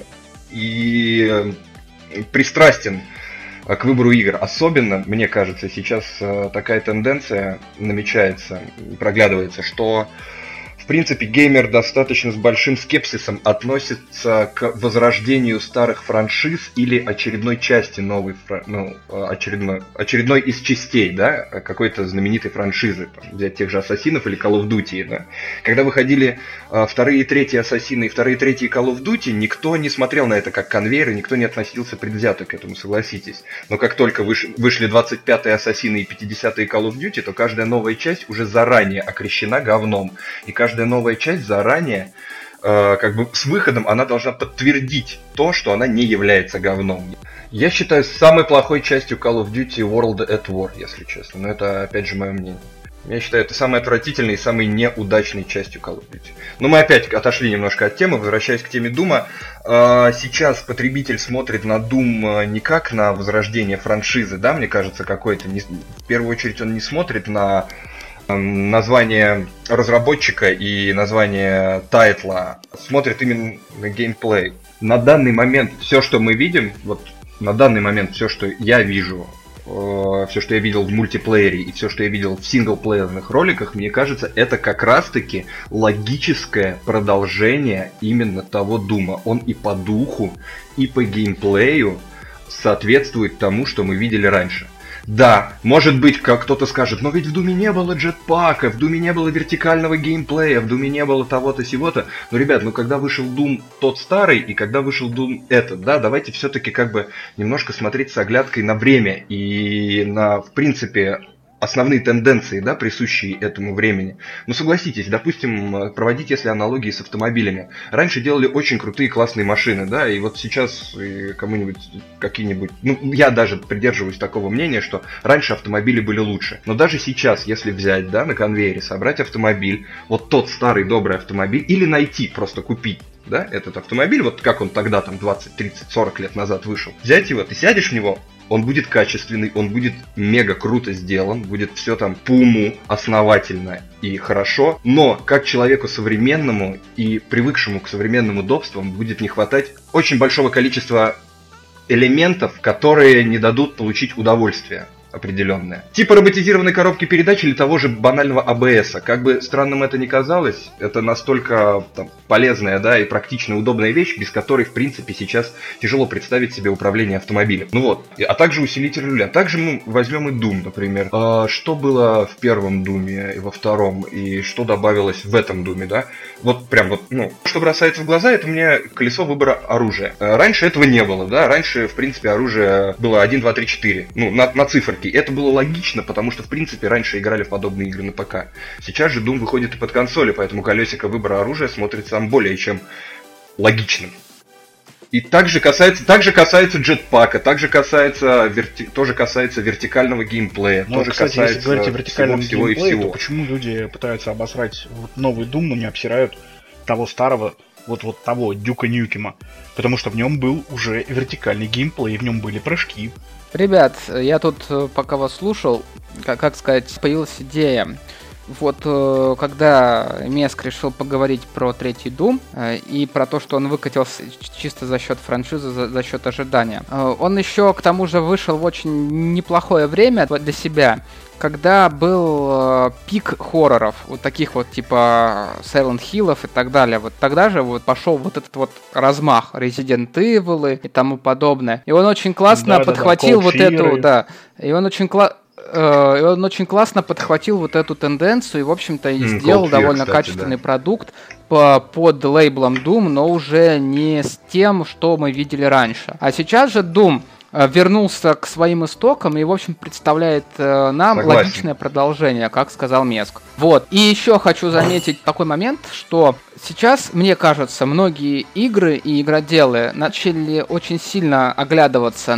и пристрастен к выбору игр. Особенно, мне кажется, сейчас такая тенденция намечается, проглядывается, что в принципе геймер достаточно с большим скепсисом относится к возрождению старых франшиз или очередной части новой, ну, очередной, очередной из частей, да, какой-то знаменитой франшизы, там, взять тех же Ассасинов или Call of Duty, да. Когда выходили uh, вторые и третьи Ассасины и вторые и третьи Call of Duty, никто не смотрел на это как конвейер, и никто не относился предвзято к этому, согласитесь. Но как только выш... вышли двадцать пятые Ассасины и пятидесятые Call of Duty, то каждая новая часть уже заранее окрещена говном, и каждая новая часть заранее, э, как бы с выходом, она должна подтвердить то, что она не является говном. Я считаю самой плохой частью Call of Duty World at War, если честно, но это опять же мое мнение. Я считаю, это самой отвратительной и самой неудачной частью Call of Duty. Но мы опять отошли немножко от темы, возвращаясь к теме Дума. Э, сейчас потребитель смотрит на Doom не как на возрождение франшизы, да, мне кажется, какой-то. Не, в первую очередь он не смотрит на название разработчика и название тайтла, смотрит именно на геймплей. На данный момент все, что мы видим, вот на данный момент все, что я вижу, э, все, что я видел в мультиплеере и все, что я видел в синглплеерных роликах, мне кажется, это как раз-таки логическое продолжение именно того Дума. Он и по духу, и по геймплею соответствует тому, что мы видели раньше. Да, может быть, как кто-то скажет, но ведь в Думе не было джетпака, в Думе не было вертикального геймплея, в Думе не было того-то, сего-то. Но, ребят, ну когда вышел Doom тот старый и когда вышел Doom этот, да, давайте все-таки как бы немножко смотреть с оглядкой на время и на, в принципе, основные тенденции, да, присущие этому времени. Ну, согласитесь, допустим, проводить, если аналогии с автомобилями. Раньше делали очень крутые, классные машины, да, и вот сейчас кому-нибудь какие-нибудь... Ну, я даже придерживаюсь такого мнения, что раньше автомобили были лучше. Но даже сейчас, если взять, да, на конвейере, собрать автомобиль, вот тот старый добрый автомобиль, или найти, просто купить, да, этот автомобиль, вот как он тогда, там, двадцать, тридцать, сорок лет назад вышел, взять его, ты сядешь в него, он будет качественный, он будет мега круто сделан, будет все там по уму, основательно и хорошо, но как человеку современному и привыкшему к современным удобствам будет не хватать очень большого количества элементов, которые не дадут получить удовольствие определенное. Типа роботизированной коробки передач или того же банального а бэ эса. Как бы странным это ни казалось, это настолько там, полезная, да, и практичная, удобная вещь, без которой, в принципе, сейчас тяжело представить себе управление автомобилем. Ну вот. А также усилитель руля. Также мы возьмем и Doom, например. А что было в первом Думе и во втором, и что добавилось в этом Думе, да? Вот прям вот, ну, что бросается в глаза, это мне колесо выбора оружия. Раньше этого не было, да? Раньше, в принципе, оружие было один, два, три, четыре. Ну, на, на циферке. Это было логично, потому что, в принципе, раньше играли в подобные игры на ПК. Сейчас же Doom выходит и под консоли, поэтому колесико выбора оружия смотрится более чем логичным. И также касается, также касается джетпака, также касается, верти, тоже касается вертикального геймплея, ну, тоже кстати, касается если говорить о вертикальном всего, геймплее, всего и всего. То почему люди пытаются обосрать вот новый Doom, но не обсирают того старого, вот, вот того Дюка Нюкема? Потому что в нем был уже вертикальный геймплей, в нем были прыжки. Ребят, я тут, пока вас слушал, как, как сказать, появилась идея. Вот когда Меск решил поговорить про третий Doom и про то, что он выкатился чисто за счет франшизы, за, за счет ожидания. Он еще к тому же вышел в очень неплохое время для себя, когда был пик хорроров, вот таких вот типа Silent Hill'ов и так далее. Вот тогда же вот пошел вот этот вот размах Resident Evil и тому подобное. И он очень классно да, подхватил да, да, вот эту, да, и он очень классно И он очень классно подхватил вот эту тенденцию и, в общем-то, и mm, сделал довольно кстати, качественный да. продукт по, под лейблом Doom, но уже не с тем, что мы видели раньше. А сейчас же Doom вернулся к своим истокам и, в общем, представляет э, нам Согласен. логичное продолжение, как сказал Меск. Вот. И еще хочу заметить такой момент, что сейчас, мне кажется, многие игры и игроделы начали очень сильно оглядываться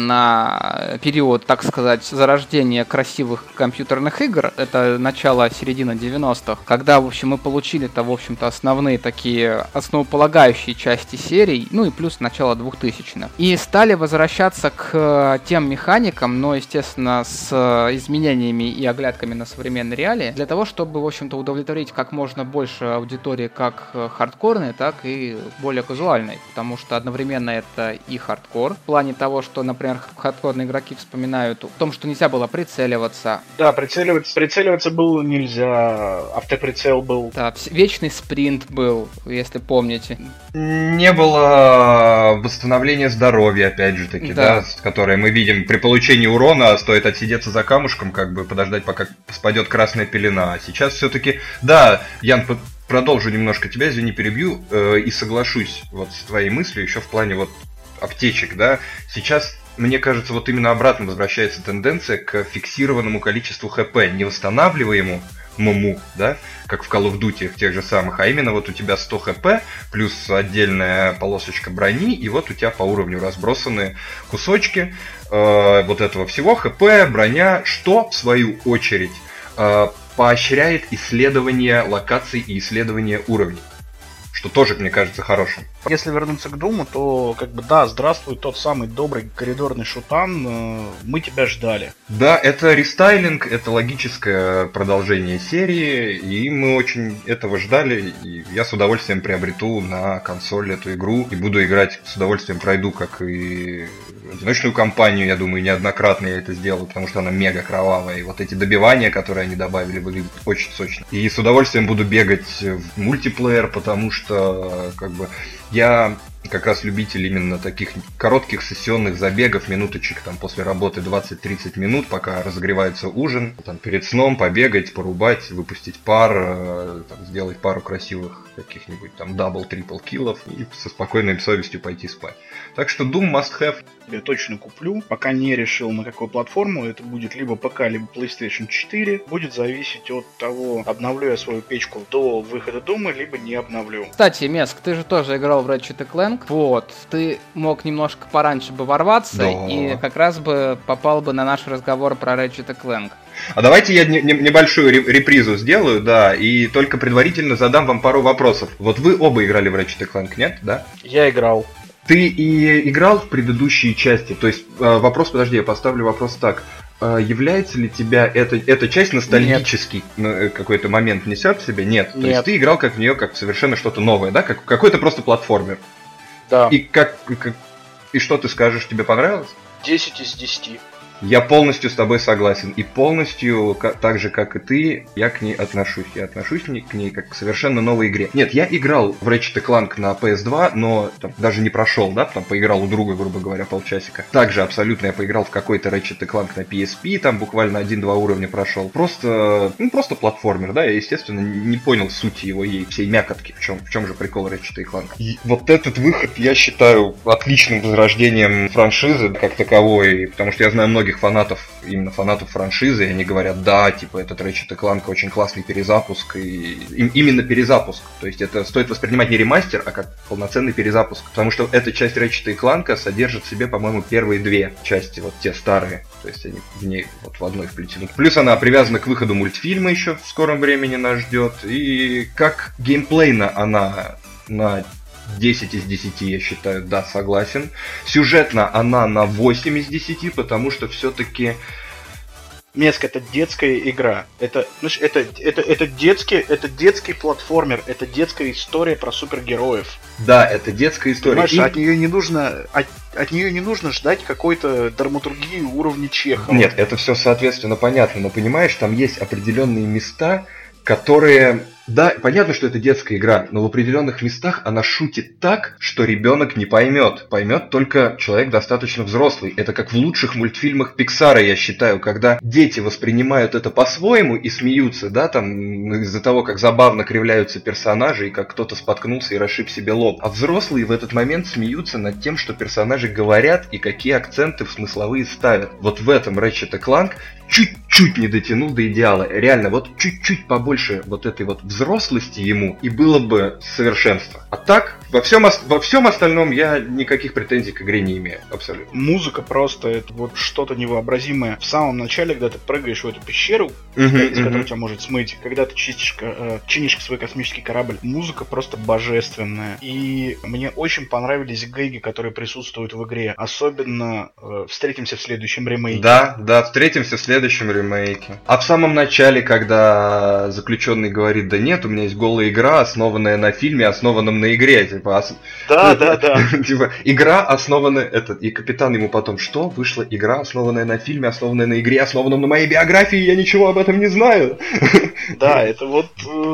на период, так сказать, зарождения красивых компьютерных игр. Это начало, середина девяностых, когда, в общем, мы получили-то, в общем-то, основные такие основополагающие части серий, ну и плюс начало двухтысячных. И стали возвращаться к тем механикам, но, естественно, с изменениями и оглядками на современные реалии, для того, чтобы, в общем-то, удовлетворить как можно больше аудитории, как хардкорной, так и более казуальной, потому что одновременно это и хардкор, в плане того, что, например, хардкорные игроки вспоминают о том, что нельзя было прицеливаться. Да, прицеливаться, прицеливаться было нельзя, автоприцел был. Да, вечный спринт был, если помните. Не было восстановления здоровья, опять же таки, да, да которое мы видим при получении урона, стоит отсидеться за камушком, как бы подождать, пока спадет красная пелена. А сейчас все-таки, да, Ян, продолжу немножко тебя, извини, перебью, э, и соглашусь вот с твоей мыслью еще в плане вот аптечек, да. Сейчас, мне кажется, вот именно обратно возвращается тенденция к фиксированному количеству ХП, не восстанавливаемому, муму, да, как в Call of Duty, в тех же самых, а именно вот у тебя сто хп, плюс отдельная полосочка брони, и вот у тебя по уровню разбросаны кусочки э, вот этого всего, хп, броня, что, в свою очередь, э, поощряет исследование локаций и исследование уровней, что тоже, мне кажется, хорошим. Если вернуться к Думу, то, как бы, да, здравствуй, тот самый добрый коридорный шутан, мы тебя ждали. Да, это рестайлинг, это логическое продолжение серии, и мы очень этого ждали, и я с удовольствием приобрету на консоль эту игру, и буду играть, с удовольствием пройду, как и одиночную кампанию, я думаю, неоднократно я это сделал, потому что она мега кровавая, и вот эти добивания, которые они добавили, выглядят очень сочно. И с удовольствием буду бегать в мультиплеер, потому что, как бы, я как раз любитель именно таких коротких сессионных забегов, минуточек там после работы двадцать-тридцать минут, пока разогревается ужин, там перед сном побегать, порубать, выпустить пар, э, там, сделать пару красивых каких-нибудь там дабл-трипл киллов и со спокойной совестью пойти спать. Так что Doom must have. Я точно куплю, пока не решил на какую платформу, это будет либо ПК, либо PlayStation четыре, будет зависеть от того, обновлю я свою печку до выхода Дума, либо не обновлю. Кстати, Меск, ты же тоже играл в Ratchet энд Clank, вот, ты мог немножко пораньше бы ворваться, да. И как раз бы попал бы на наш разговор про Ratchet энд Clank. А давайте я не, не, небольшую репризу сделаю, да, и только предварительно задам вам пару вопросов. Вот вы оба играли в Ratchet энд Clank, нет, да? Я играл. Ты и играл в предыдущие части? То есть э, вопрос, подожди, я поставлю вопрос так. Э, является ли тебя эта, эта часть ностальгический Нет. какой-то момент несет в себе? Нет. Нет. То есть ты играл как в нее как в совершенно что-то новое, да? Как какой-то просто платформер. Да. И как, как и что ты скажешь, тебе понравилось? десять из десяти. Я полностью с тобой согласен. И полностью, так же, как и ты, я к ней отношусь. Я отношусь к ней как к совершенно новой игре. Нет, я играл в Ratchet энд Clank на пи эс два, но там, даже не прошел, да, там поиграл у друга, грубо говоря, полчасика. Также абсолютно я поиграл в какой-то Ratchet энд Clank на пи эс пи, там буквально один-два уровня прошел. Просто, ну, просто платформер, да, я, естественно, не понял сути его, ей, всей мякотки, в чем, в чем же прикол Ratchet энд Clank. И вот этот выход я считаю отличным возрождением франшизы как таковой, потому что я знаю многих фанатов, именно фанатов франшизы, и они говорят, да, типа, этот Ratchet энд Clank очень классный перезапуск, и, и именно перезапуск, то есть это стоит воспринимать не ремастер, а как полноценный перезапуск, потому что эта часть Ratchet энд Clank содержит в себе, по-моему, первые две части, вот те старые, то есть они в ней вот в одной вплетены. Плюс она привязана к выходу мультфильма еще в скором времени нас ждет, и как геймплейно она на десять из десяти, я считаю, да, согласен. Сюжетно она на восемь из десяти, потому что все-таки... Меск, это детская игра. Это, знаешь, это, это, это, детский, это детский платформер, это детская история про супергероев. Да, это детская история. Понимаешь, и... от нее не нужно, от, от нее не нужно ждать какой-то драматургии уровня Чехова. Нет, это все соответственно понятно, но понимаешь, там есть определенные места, которые... Да, понятно, что это детская игра, но в определенных местах она шутит так, что ребенок не поймет. Поймет только человек достаточно взрослый. Это как в лучших мультфильмах Пиксара, я считаю, когда дети воспринимают это по-своему и смеются, да, там, из-за того, как забавно кривляются персонажи и как кто-то споткнулся и расшиб себе лоб. А взрослые в этот момент смеются над тем, что персонажи говорят и какие акценты смысловые ставят. Вот в этом Ratchet энд Clank чуть-чуть не дотянул до идеала. Реально, вот чуть-чуть побольше вот этой вот взрослости ему, и было бы совершенство. А так, во всем, во всем остальном я никаких претензий к игре не имею. Абсолютно. Музыка просто, это вот что-то невообразимое. В самом начале, когда ты прыгаешь в эту пещеру, uh-huh, из которой uh-huh. тебя может смыть, когда ты чистишь, э, чинишь свой космический корабль, музыка просто божественная. И мне очень понравились гэги, которые присутствуют в игре. Особенно э, «Встретимся в следующем ремейке». Да, да, «Встретимся в следующем ремейке». А в самом начале, когда заключенный говорит, да нет, у меня есть голая игра, основанная на фильме, основанном на игре. Типа, ос... Да, да, да. Типа, игра основана... Этот, и капитан ему потом, что? Вышла игра, основанная на фильме, основанная на игре, основанном на моей биографии, я ничего об этом не знаю. Да, это вот...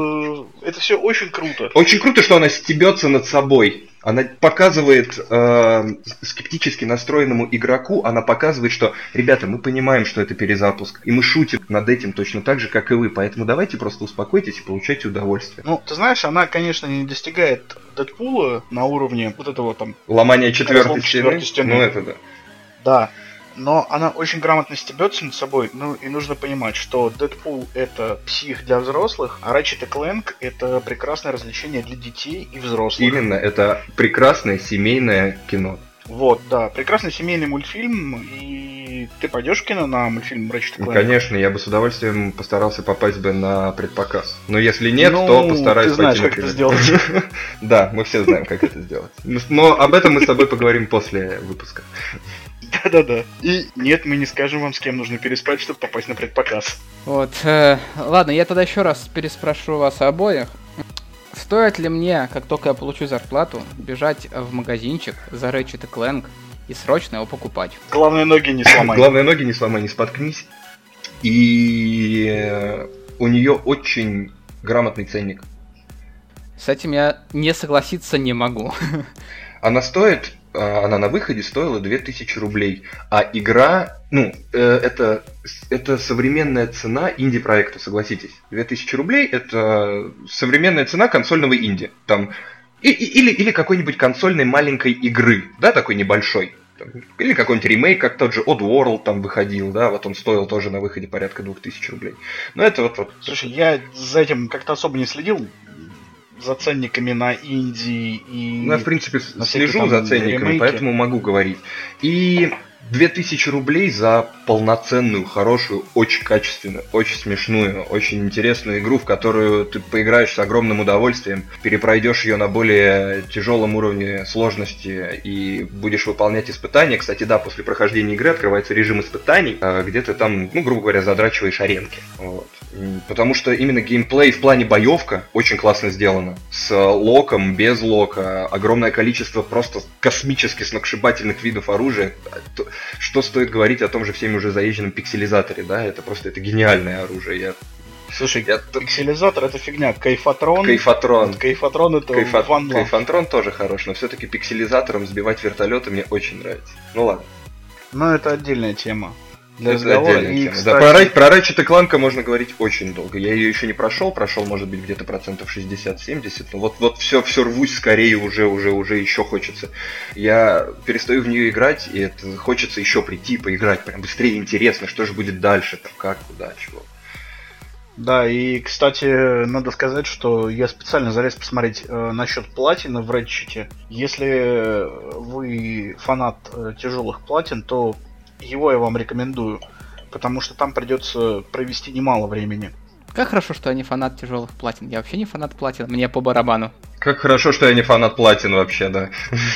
Э, это все очень круто. Очень круто, что она стебется над собой. Она показывает э, скептически настроенному игроку, она показывает, что, ребята, мы понимаем, что это перезапуск, и мы шутим над этим точно так же, как и вы, поэтому давайте просто успокойтесь и получайте удовольствие. Ну, ты знаешь, она, конечно, не достигает Дэдпула на уровне вот этого там... Ломания четвертой стены. стены. Ну, это да. Да. Но она очень грамотно стебется над собой, ну и нужно понимать, что Дэдпул это псих для взрослых, а Ratchet энд Clank это прекрасное развлечение для детей и взрослых. Именно, это прекрасное семейное кино. Вот, да, прекрасный семейный мультфильм, и ты пойдешь в кино на мультфильм Ratchet энд Clank? Конечно, я бы с удовольствием постарался попасть бы на предпоказ. Но если нет, ну, то постараюсь ты знаешь, пойти как это сделать. Да, мы все знаем, как это сделать. Но об этом мы с тобой поговорим после выпуска. Да-да-да. И нет, мы не скажем вам, с кем нужно переспать, чтобы попасть на предпоказ. Вот, э, ладно, я тогда еще раз переспрошу вас обоих. Стоит ли мне, как только я получу зарплату, бежать в магазинчик за Ratchet энд Clank и срочно его покупать? Главное, ноги не сломай. Главное, ноги не сломай, не споткнись. И у нее очень грамотный ценник. С этим я не согласиться не могу. Она стоит, она на выходе стоила две тысячи рублей, а игра, ну, это, это современная цена инди-проекта, согласитесь. две тысячи рублей это современная цена консольного инди, там, и, и, или, или какой-нибудь консольной маленькой игры, да, такой небольшой. Или какой-нибудь ремейк, как тот же Oddworld там выходил, да, вот он стоил тоже на выходе порядка двух тысяч рублей. Но это вот... вот Слушай, я за этим как-то особо не следил, за ценниками на инди и... Ну, я, в принципе, слежу за ценниками, ремейки. Поэтому могу говорить. И две тысячи рублей за полноценную, хорошую, очень качественную, очень смешную, очень интересную игру, в которую ты поиграешь с огромным удовольствием, перепройдешь ее на более тяжелом уровне сложности и будешь выполнять испытания. Кстати, да, после прохождения игры открывается режим испытаний, где ты там, ну, грубо говоря, задрачиваешь аренки. Вот. Потому что именно геймплей в плане боевка очень классно сделано. С локом, без лока, огромное количество просто космически сногсшибательных видов оружия. Что стоит говорить о том же всеми уже заезженном пикселизаторе, да? Это просто это гениальное оружие. Я... Слушай, я... пикселизатор это фигня. Кайфатрон. Кайфатрон. Вот, кайфатрон это Кайфа... One Love. Кайфатрон тоже хорош, но все-таки пикселизатором сбивать вертолеты мне очень нравится. Ну ладно. Но это отдельная тема. Для это отдельная и, тема. кстати... Да, про, про Ratchet и Clank можно говорить очень долго. Я ее еще не прошел, прошел, может быть, где-то процентов шестьдесят-семьдесят. Но вот, вот все, все рвусь скорее, уже, уже, уже еще хочется. Я перестаю в нее играть, и это хочется еще прийти, поиграть. Прям быстрее интересно, что же будет дальше, там, как, куда, чего. Да, и, кстати, надо сказать, что я специально залез посмотреть э, насчет платины в Ratchet. Если вы фанат э, тяжелых платин, то его я вам рекомендую, потому что там придется провести немало времени. Как хорошо, что я не фанат тяжелых платин. Я вообще не фанат платин, мне по барабану. Как хорошо, что я не фанат платин вообще, да.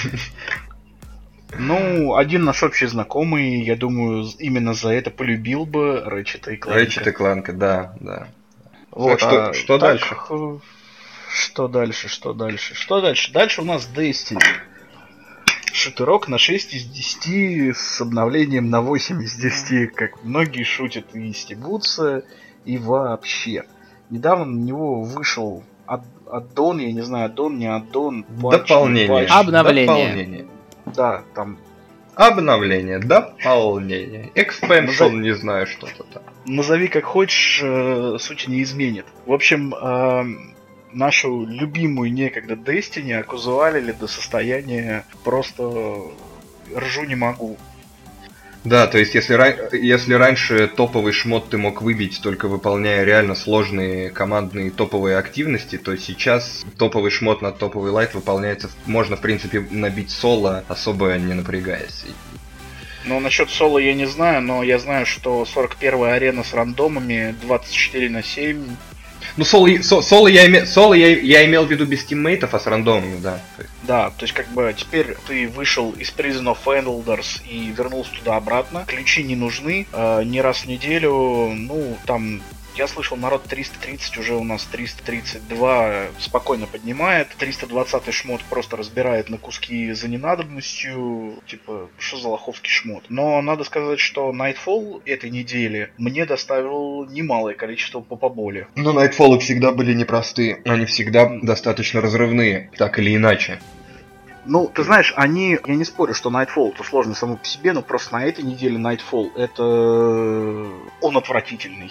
Ну, один наш общий знакомый, я думаю, именно за это полюбил бы Ratchet и Clank. Ratchet и Clank, да, да. Вот, так, что, а, что так, дальше? Что дальше, что дальше? Что дальше? Дальше у нас Destiny. Шутерок на шесть из десяти с обновлением на восемь из десяти, как многие шутят и стебутся, и вообще. Недавно на него вышел ад- аддон, я не знаю, аддон, не аддон, патч, дополнение. патч. Обновление. Дополнение. Да, там... Обновление, дополнение, экспеншн, Назови... не знаю, что-то там. Назови как хочешь, э, суть не изменит. В общем... Э, нашу любимую некогда Destiny оказуалили до состояния просто ржу не могу. Да, то есть если, если раньше топовый шмот ты мог выбить, только выполняя реально сложные командные топовые активности, то сейчас топовый шмот на топовый лайт выполняется, можно в принципе набить соло, особо не напрягаясь. Ну, насчет соло я не знаю, но я знаю, что сорок первая арена с рандомами двадцать четыре на семь. Ну, соло, со, соло, я, име, соло я, я имел в виду без тиммейтов, а с рандомами, да. Да, то есть как бы теперь ты вышел из Prison of Elders и вернулся туда-обратно. Ключи не нужны, э, не раз в неделю, ну, там... Я слышал, народ триста тридцать уже у нас триста тридцать два спокойно поднимает. триста двадцатый шмот просто разбирает на куски за ненадобностью. Типа, что за лоховский шмот. Но надо сказать, что Nightfall этой недели мне доставил немалое количество попоболи. Но Nightfall всегда были непростые. Они всегда достаточно разрывные, так или иначе. Ну, ты знаешь, они... Я не спорю, что Nightfall это сложно само по себе, но просто на этой неделе Nightfall это... Он отвратительный.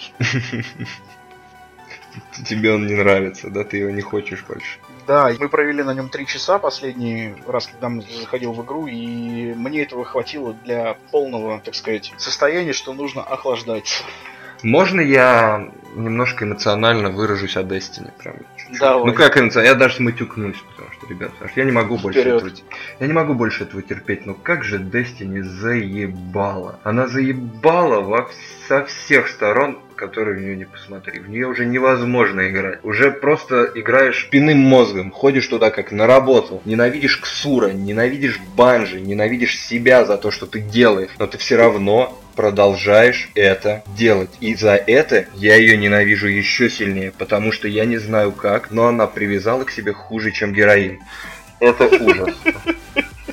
Тебе он не нравится, да? Ты его не хочешь больше. Да, мы провели на нем три часа последний раз, когда мы заходил в игру, и мне этого хватило для полного, так сказать, состояния, что нужно охлаждаться. Можно я немножко эмоционально выражусь о Destiny? Прям. Давай. Ну как эмоционально? Я даже матюкнусь, потому что, ребят, потому что я не могу больше Вперед. этого... Я не могу больше этого терпеть. Ну как же Destiny заебала? Она заебала во... со всех сторон, которые в нее не посмотри. В нее уже невозможно играть. Уже просто играешь спинным мозгом, ходишь туда как на работу. Ненавидишь Ксура, ненавидишь Банжи, ненавидишь себя за то, что ты делаешь. Но ты все равно продолжаешь это делать. И за это я ее ненавижу еще сильнее, потому что я не знаю как, но она привязала к себе хуже, чем героин. Это ужас.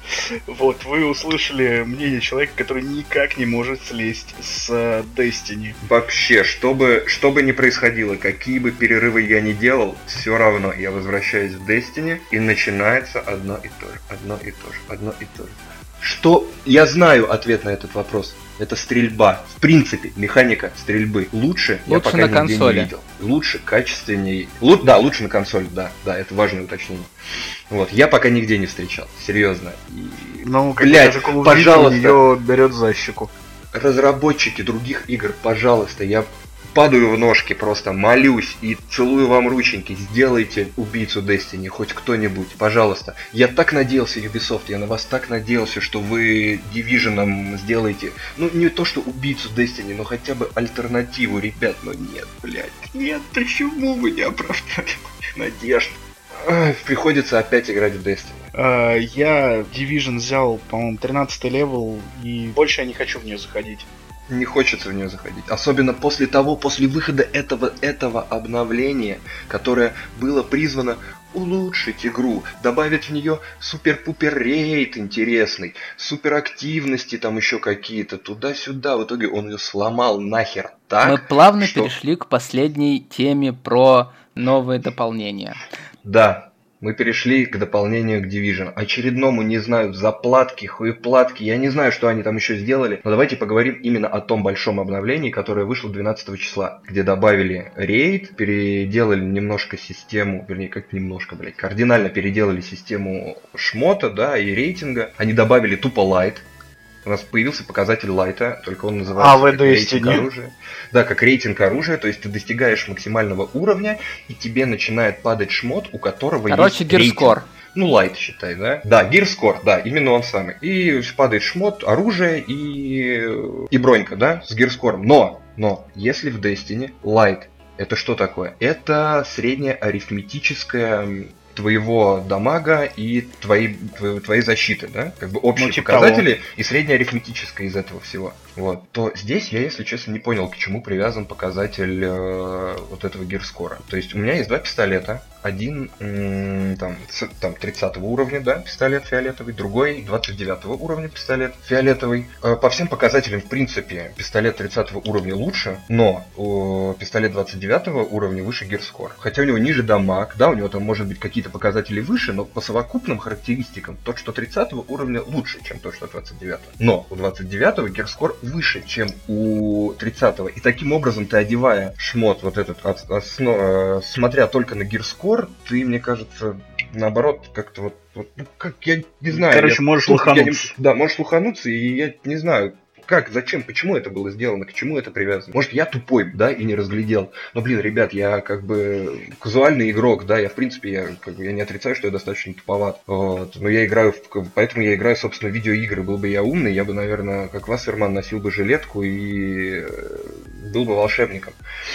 Вот, вы услышали мнение человека, который никак не может слезть с uh, Destiny. Вообще, что бы, что бы ни происходило, какие бы перерывы я ни делал, все равно я возвращаюсь в Destiny, и начинается одно и то же, одно и то же, одно и то же. Что? Я знаю ответ на этот вопрос. Это стрельба. В принципе, механика стрельбы лучше, лучше я пока на нигде консоли. не видел. Лучше, качественнее. Лу... Да, лучше на консоли, да, да, это важное уточнение. Вот, я пока нигде не встречал, серьезно. И... Ну, блядь, пожалуйста, ее берет за щеку. Разработчики других игр, пожалуйста, я падаю в ножки, просто молюсь и целую вам рученьки, сделайте убийцу Destiny, хоть кто-нибудь, пожалуйста. Я так надеялся, Ubisoft, я на вас так надеялся, что вы Division сделаете, ну не то что убийцу Destiny, но хотя бы альтернативу, ребят, но нет, блядь, нет, почему вы не оправдали моих надежд? Ах, приходится опять играть в Destiny. Uh, я Division взял, по-моему, тринадцатый левел, и больше я не хочу в нее заходить. Не хочется в нее заходить. Особенно после того, после выхода этого, этого обновления, которое было призвано улучшить игру, добавить в нее супер-пупер рейд интересный, супер активности там еще какие-то, туда-сюда. В итоге он ее сломал нахер так. Мы плавно что... перешли к последней теме про новые дополнения. Да. Мы перешли к дополнению к Division. Очередному, не знаю, заплатки, хуеплатки. Я не знаю, что они там еще сделали. Но давайте поговорим именно о том большом обновлении, которое вышло двенадцатого числа. Где добавили рейд, переделали немножко систему, вернее, как немножко, блядь, кардинально переделали систему шмота, да, и рейтинга. Они добавили тупо лайт. У нас появился показатель лайта, только он называется а, как рейтинг оружия. Да, как рейтинг оружия, то есть ты достигаешь максимального уровня, и тебе начинает падать шмот, у которого Короче, есть рейтинг. гирскор. Ну, лайт, считай, да? Да, гирскор, да, именно он самый. И падает шмот, оружие и, и бронька, да, с гирскором. Но, но, если в Destiny лайт, это что такое? Это средняя арифметическая твоего дамага и твоей, твоей защиты, да? Как бы общие ну, типа показатели того. И средняя арифметическая из этого всего. Вот. То здесь я, если честно, не понял, к чему привязан показатель э, вот этого гирскора. То есть у меня есть два пистолета. Один м- там, ц- там тридцатого уровня, да, пистолет фиолетовый, другой двадцать девятого уровня пистолет фиолетовый. Э, по всем показателям, в принципе, пистолет тридцатого уровня лучше, но э, пистолет двадцать девятого уровня выше гирскор. Хотя у него ниже дамаг, да, у него там может быть какие-то показатели выше, но по совокупным характеристикам тот, что тридцатого уровня, лучше, чем тот, что двадцать девятого. Но у двадцать девятого гирскор выше, чем у тридцатого. И таким образом ты, одевая шмот вот этот, от, основ, смотря только на гирскор, ты, мне кажется, наоборот, как-то вот, вот ну, как, я не знаю. Короче, я, можешь я, лохануться. Я, да, можешь лохануться, и я не знаю, как, зачем, почему это было сделано, к чему это привязано. Может, я тупой, да, и не разглядел. Но, блин, ребят, я как бы казуальный игрок, да, я, в принципе, я, как бы, я не отрицаю, что я достаточно туповат. Вот. Но я играю, в, поэтому я играю, собственно, в видеоигры. Был бы я умный, я бы, наверное, как Вассерман, носил бы жилетку и был бы волшебником.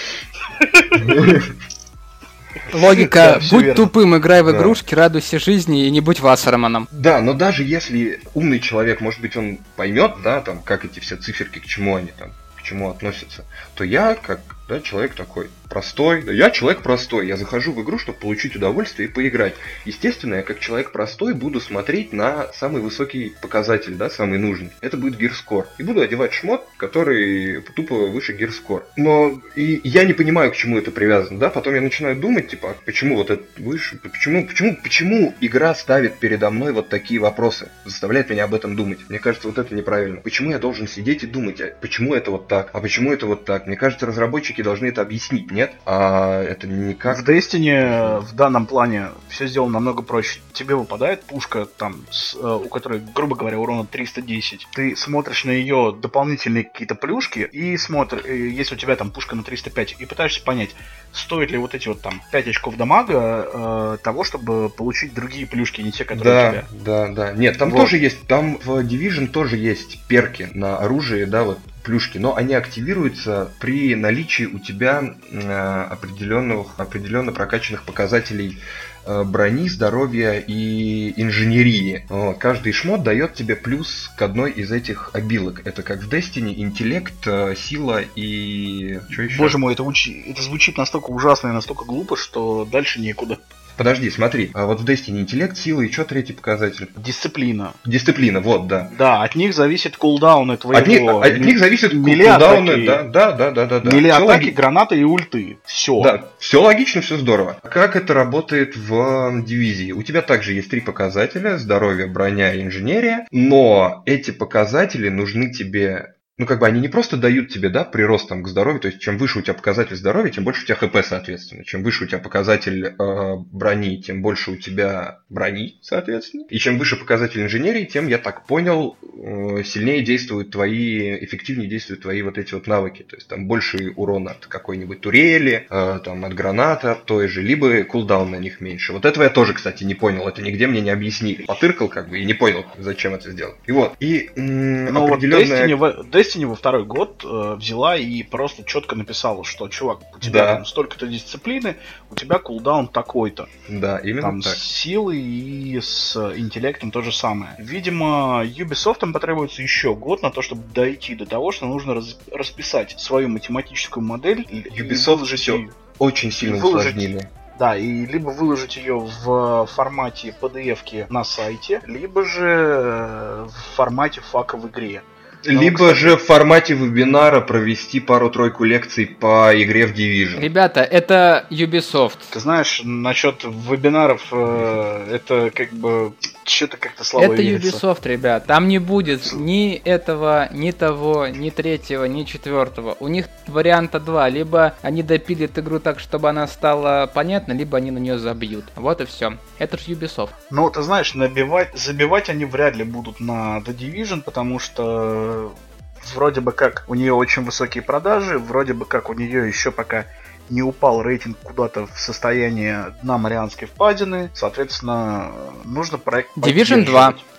Логика, да, будь верно. Тупым, играй в игрушки, да. Радуйся жизни и не будь Вассерманом. Да, но даже если умный человек, может быть, он поймет, да, там, как эти все циферки, к чему они там, к чему относятся, то я, как, да, человек такой простой, да, я человек простой, я захожу в игру, чтобы получить удовольствие и поиграть. Естественно, я как человек простой буду смотреть на самый высокий показатель, да, самый нужный. Это будет гирскор. И буду одевать шмот, который тупо выше гирскор. Но и я не понимаю, к чему это привязано, да, потом я начинаю думать, типа, почему вот это выше, почему, почему, почему игра ставит передо мной вот такие вопросы, заставляет меня об этом думать. Мне кажется, вот это неправильно. Почему я должен сидеть и думать, а почему это вот так, а почему это вот так? Мне кажется, разработчики должны это объяснить, нет? А это никак... В Destiny в данном плане все сделано намного проще. Тебе выпадает пушка, там, с, у которой, грубо говоря, урона триста десять. Ты смотришь на ее дополнительные какие-то плюшки и смотришь, если у тебя там пушка на триста пять, и пытаешься понять, стоит ли вот эти вот там пять очков дамага э, того, чтобы получить другие плюшки, не те, которые да, у тебя. Да, да, нет, там вот. Тоже есть, там в Division тоже есть перки на оружие, да, вот, плюшки, но они активируются при наличии у тебя э, определенных, определенно прокачанных показателей э, брони, здоровья и инженерии. Вот. Каждый шмот дает тебе плюс к одной из этих обилок. Это как в Destiny, интеллект, э, сила и... Что еще? Боже мой, это, уч... это звучит настолько ужасно и настолько глупо, что дальше некуда. Подожди, смотри, а вот в Destiny интеллект, сила и что третий показатель? Дисциплина. Дисциплина, вот, да. Да, от них зависит кулдауны твоего. От них, от них зависит мили кулдауны, атаки, да, да, да, да, да. да. Мили Всё атаки, логи... гранаты и ульты. Все. Да, все логично, все здорово. Как это работает в дивизии? У тебя также есть три показателя: здоровье, броня и инженерия, но эти показатели нужны тебе. Ну, как бы они не просто дают тебе, да, прирост там, к здоровью, то есть чем выше у тебя показатель здоровья, тем больше у тебя ХП, соответственно. Чем выше у тебя показатель э, брони, тем больше у тебя брони, соответственно. И чем выше показатель инженерии, тем, я так понял, э, сильнее действуют твои, эффективнее действуют твои вот эти вот навыки. То есть там больше урона от какой-нибудь турели, э, там, от граната той же, либо кулдаун на них меньше. Вот этого я тоже, кстати, не понял, это нигде мне не объяснили. Потыркал как бы и не понял, зачем это сделать. И вот, и м- Но определенная... вот Destiny, Destiny во второй год э, взяла и просто четко написала, что, чувак, у тебя Да. там столько-то дисциплины, у тебя кулдаун такой-то. Да, именно Там так. с силой и с интеллектом то же самое. Видимо, Ubisoft потребуется еще год на то, чтобы дойти до того, что нужно раз- расписать свою математическую модель. Ubisoft же все очень сильно выложить- усложнили. Да, и либо выложить ее в формате пи ди эф-ки на сайте, либо же э, в формате фака в игре. Ну, Либо кстати- же в формате вебинара провести пару-тройку лекций по игре в Division. Ребята, это Ubisoft. Ты знаешь, насчет вебинаров, э, это как бы что-то как-то слабо Это верится. Ubisoft, ребят. Там не будет ни этого, ни того, ни третьего, ни четвертого. У них варианта два. Либо они допилят игру так, чтобы она стала понятна, либо они на нее забьют. Вот и все. Это же Ubisoft. Ну, ты знаешь, набивать, забивать они вряд ли будут на The Division, потому что вроде бы как у нее очень высокие продажи, вроде бы как у нее еще пока не упал рейтинг куда-то в состояние дна Марианской впадины. Соответственно, нужно проект Division два. поддерживать.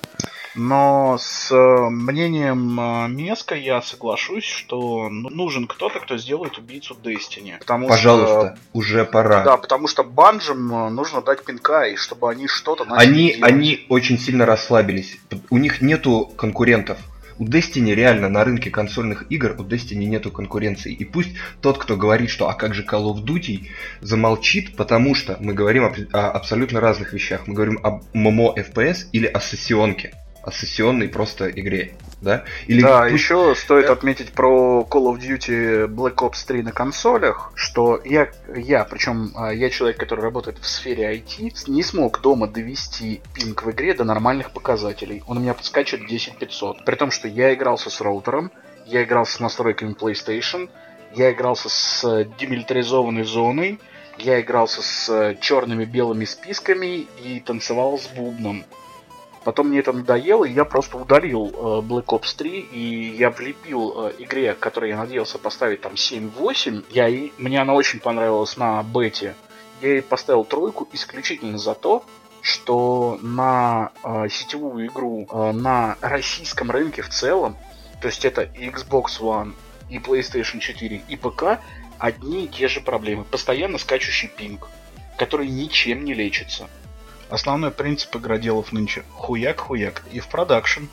Но с э, мнением э, Меска я соглашусь, что ну, нужен кто-то, кто сделает убийцу Destiny. Потому Пожалуйста, что, уже пора. да, потому что банжам э, нужно дать пинка, и чтобы они что-то начали Они, делать. они очень сильно расслабились. У них нету конкурентов. У Destiny реально на рынке консольных игр у Destiny нету конкуренции. И пусть тот, кто говорит, что а как же Call of Duty, замолчит, потому что мы говорим о, о абсолютно разных вещах. Мы говорим об эм эм о эф пи эс или о сессионке. О сессионной просто игре. Да, или Да, пусть- еще стоит отметить про Call of Duty Black Ops три на консолях, что я, я, причем я человек, который работает в сфере ай ти, не смог дома довести пинг в игре до нормальных показателей. Он у меня подскачет десять пятьсот. При том, что я игрался с роутером, я игрался с настройками PlayStation, я игрался с демилитаризованной зоной, я игрался с черными белыми списками и танцевал с бубном. Потом мне это надоело, и я просто удалил э, Black Ops три, и я влепил э, игре, которой я надеялся поставить там семь-восемь. Я и... Мне она очень понравилась на бете. Я ей поставил тройку исключительно за то, что на э, сетевую игру э, на российском рынке в целом, то есть это и Xbox One, и PlayStation четыре, и ПК, одни и те же проблемы. Постоянно скачущий пинг, который ничем не лечится. Основной принцип игроделов нынче хуяк-хуяк и в продакшн.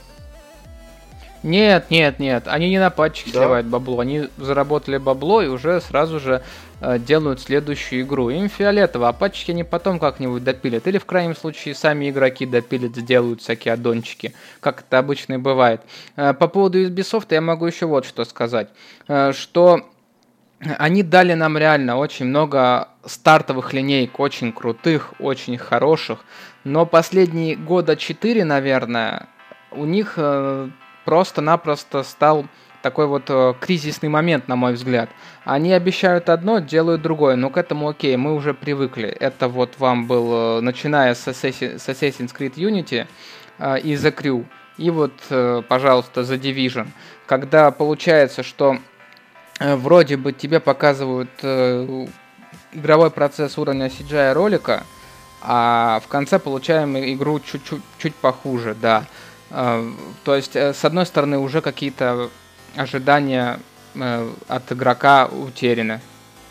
Нет, нет, нет, они не на патчах Да. сливают бабло, они заработали бабло и уже сразу же э, делают следующую игру. Им фиолетово, а патчики они потом как-нибудь допилят. Или в крайнем случае сами игроки допилят, сделают всякие аддончики, как это обычно и бывает. Э, по поводу Ubisoft я могу еще вот что сказать. Э, что они дали нам реально очень много стартовых линеек, очень крутых, очень хороших. Но последние года четыре, наверное, у них... Э, просто-напросто стал такой вот э, кризисный момент, на мой взгляд. Они обещают одно, делают другое, но к этому окей, мы уже привыкли. Это вот вам был, э, начиная с, Assassin, с Assassin's Creed Unity э, и The Crew, и вот, э, пожалуйста, The Division. Когда получается, что э, вроде бы тебе показывают э, игровой процесс уровня си джи ай ролика, а в конце получаем игру чуть-чуть чуть похуже, да. Uh, то есть, uh, с одной стороны, уже какие-то ожидания uh, от игрока утеряны.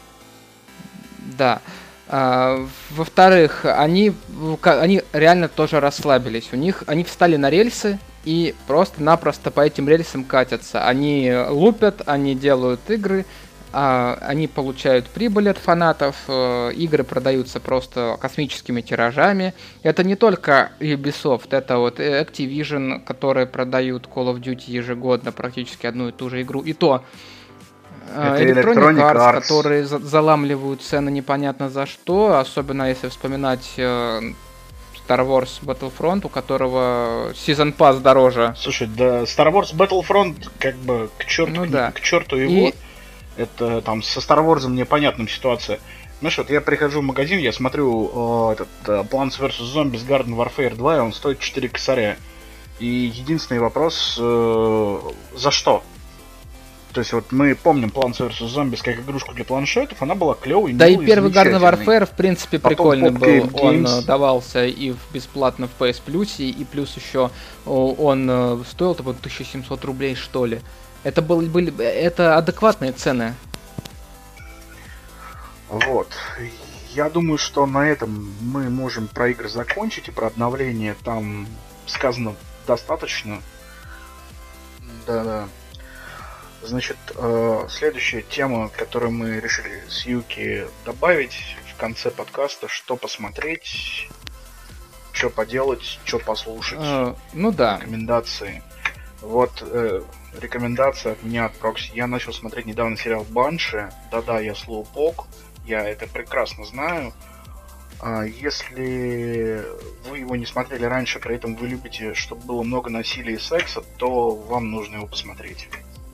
Да. Uh, во-вторых, они, они реально тоже расслабились. У них они встали на рельсы и просто-напросто по этим рельсам катятся. Они лупят, они делают игры, а, они получают прибыль от фанатов, э, игры продаются просто космическими тиражами. Это не только Ubisoft, это вот Activision, которые продают Call of Duty ежегодно практически одну и ту же игру. И то это Electronic, Electronic Arts, Arts, которые за- заламливают цены непонятно за что, особенно если вспоминать э, Star Wars Battlefront, у которого Season Pass дороже. Слушай, да, Star Wars Battlefront, как бы, к черту, Ну да. к черту его. И- Это там со Star Wars мне понятна ситуация. Знаешь, вот я прихожу в магазин, я смотрю э, этот э, Plants версус. Zombies Garden Warfare два, и он стоит четыре косаря. И единственный вопрос, э, за что? То есть вот мы помним Plants версус. Zombies как игрушку для планшетов, она была клевой. Да и милой, первый Garden замечательной. Warfare, в принципе, Потом прикольный Pop был. Game Он Games. э, давался и в- бесплатно в пи эс Plus, и плюс еще о, он э, стоил типа тысяча семьсот рублей, что ли. Это были, были, это адекватные цены. Вот. Я думаю, что на этом мы можем про игры закончить, и про обновление там сказано достаточно. Да-да. Значит, э, следующая тема, которую мы решили с Юки добавить в конце подкаста, что посмотреть, что поделать, что послушать. Э, ну да. Рекомендации. Вот э, рекомендация от меня от Прокси. Я начал смотреть недавно сериал Банши. Да-да, я Слоупок. Я это прекрасно знаю. А если вы его не смотрели раньше, при этом вы любите, чтобы было много насилия и секса, то вам нужно его посмотреть.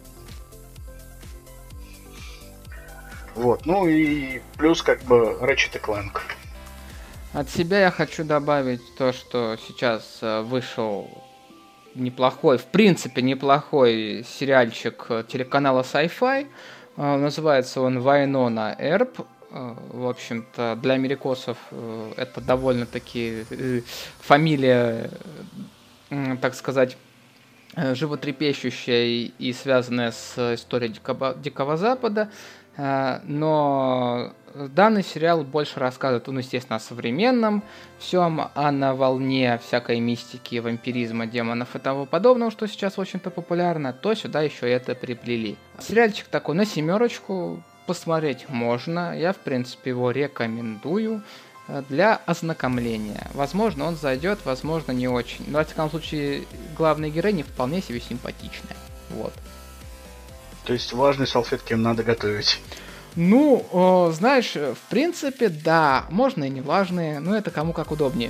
Вот, ну и плюс как бы Ratchet и Clank. От себя я хочу добавить то, что сейчас э, вышел неплохой, в принципе неплохой сериальчик э, телеканала Sci-Fi. Э, называется он Вайнона Эрп. Э, в общем-то, для америкосов э, это довольно-таки э, фамилия, э, так сказать, э, животрепещущая и, и связанная с историей Дикого, Дикого Запада. Э, но данный сериал больше рассказывает, ну, естественно, о современном всем, а на волне всякой мистики, вампиризма, демонов и того подобного, что сейчас, в общем-то, популярно, то сюда еще это приплели. Сериальчик такой на семерочку, посмотреть можно, я, в принципе, его рекомендую для ознакомления. Возможно, он зайдет, возможно, не очень. Но, во всяком случае, главная героиня вполне себе симпатичная. Вот. То есть влажные салфетки надо готовить. Ну, о, знаешь, в принципе, да, можно и не влажные, но это кому как удобнее.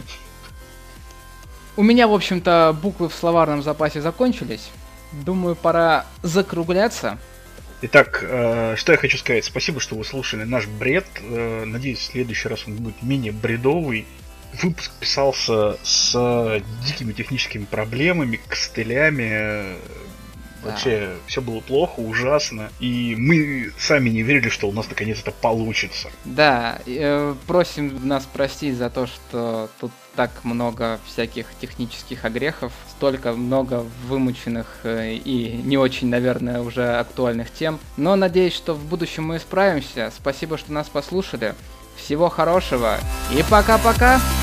У меня, в общем-то, буквы в словарном запасе закончились. Думаю, пора закругляться. Итак, э, что я хочу сказать. Спасибо, что вы слушали наш бред. Э, надеюсь, в следующий раз он будет менее бредовый. Выпуск писался с дикими техническими проблемами, костылями. э, Да. Вообще, все было плохо, ужасно. И мы сами не верили, что у нас наконец это получится. Да, э, просим нас простить за то, что тут так много всяких технических огрехов, столько много вымученных э, и не очень, наверное, уже актуальных тем. Но надеюсь, что в будущем мы справимся. Спасибо, что нас послушали. Всего хорошего и пока-пока!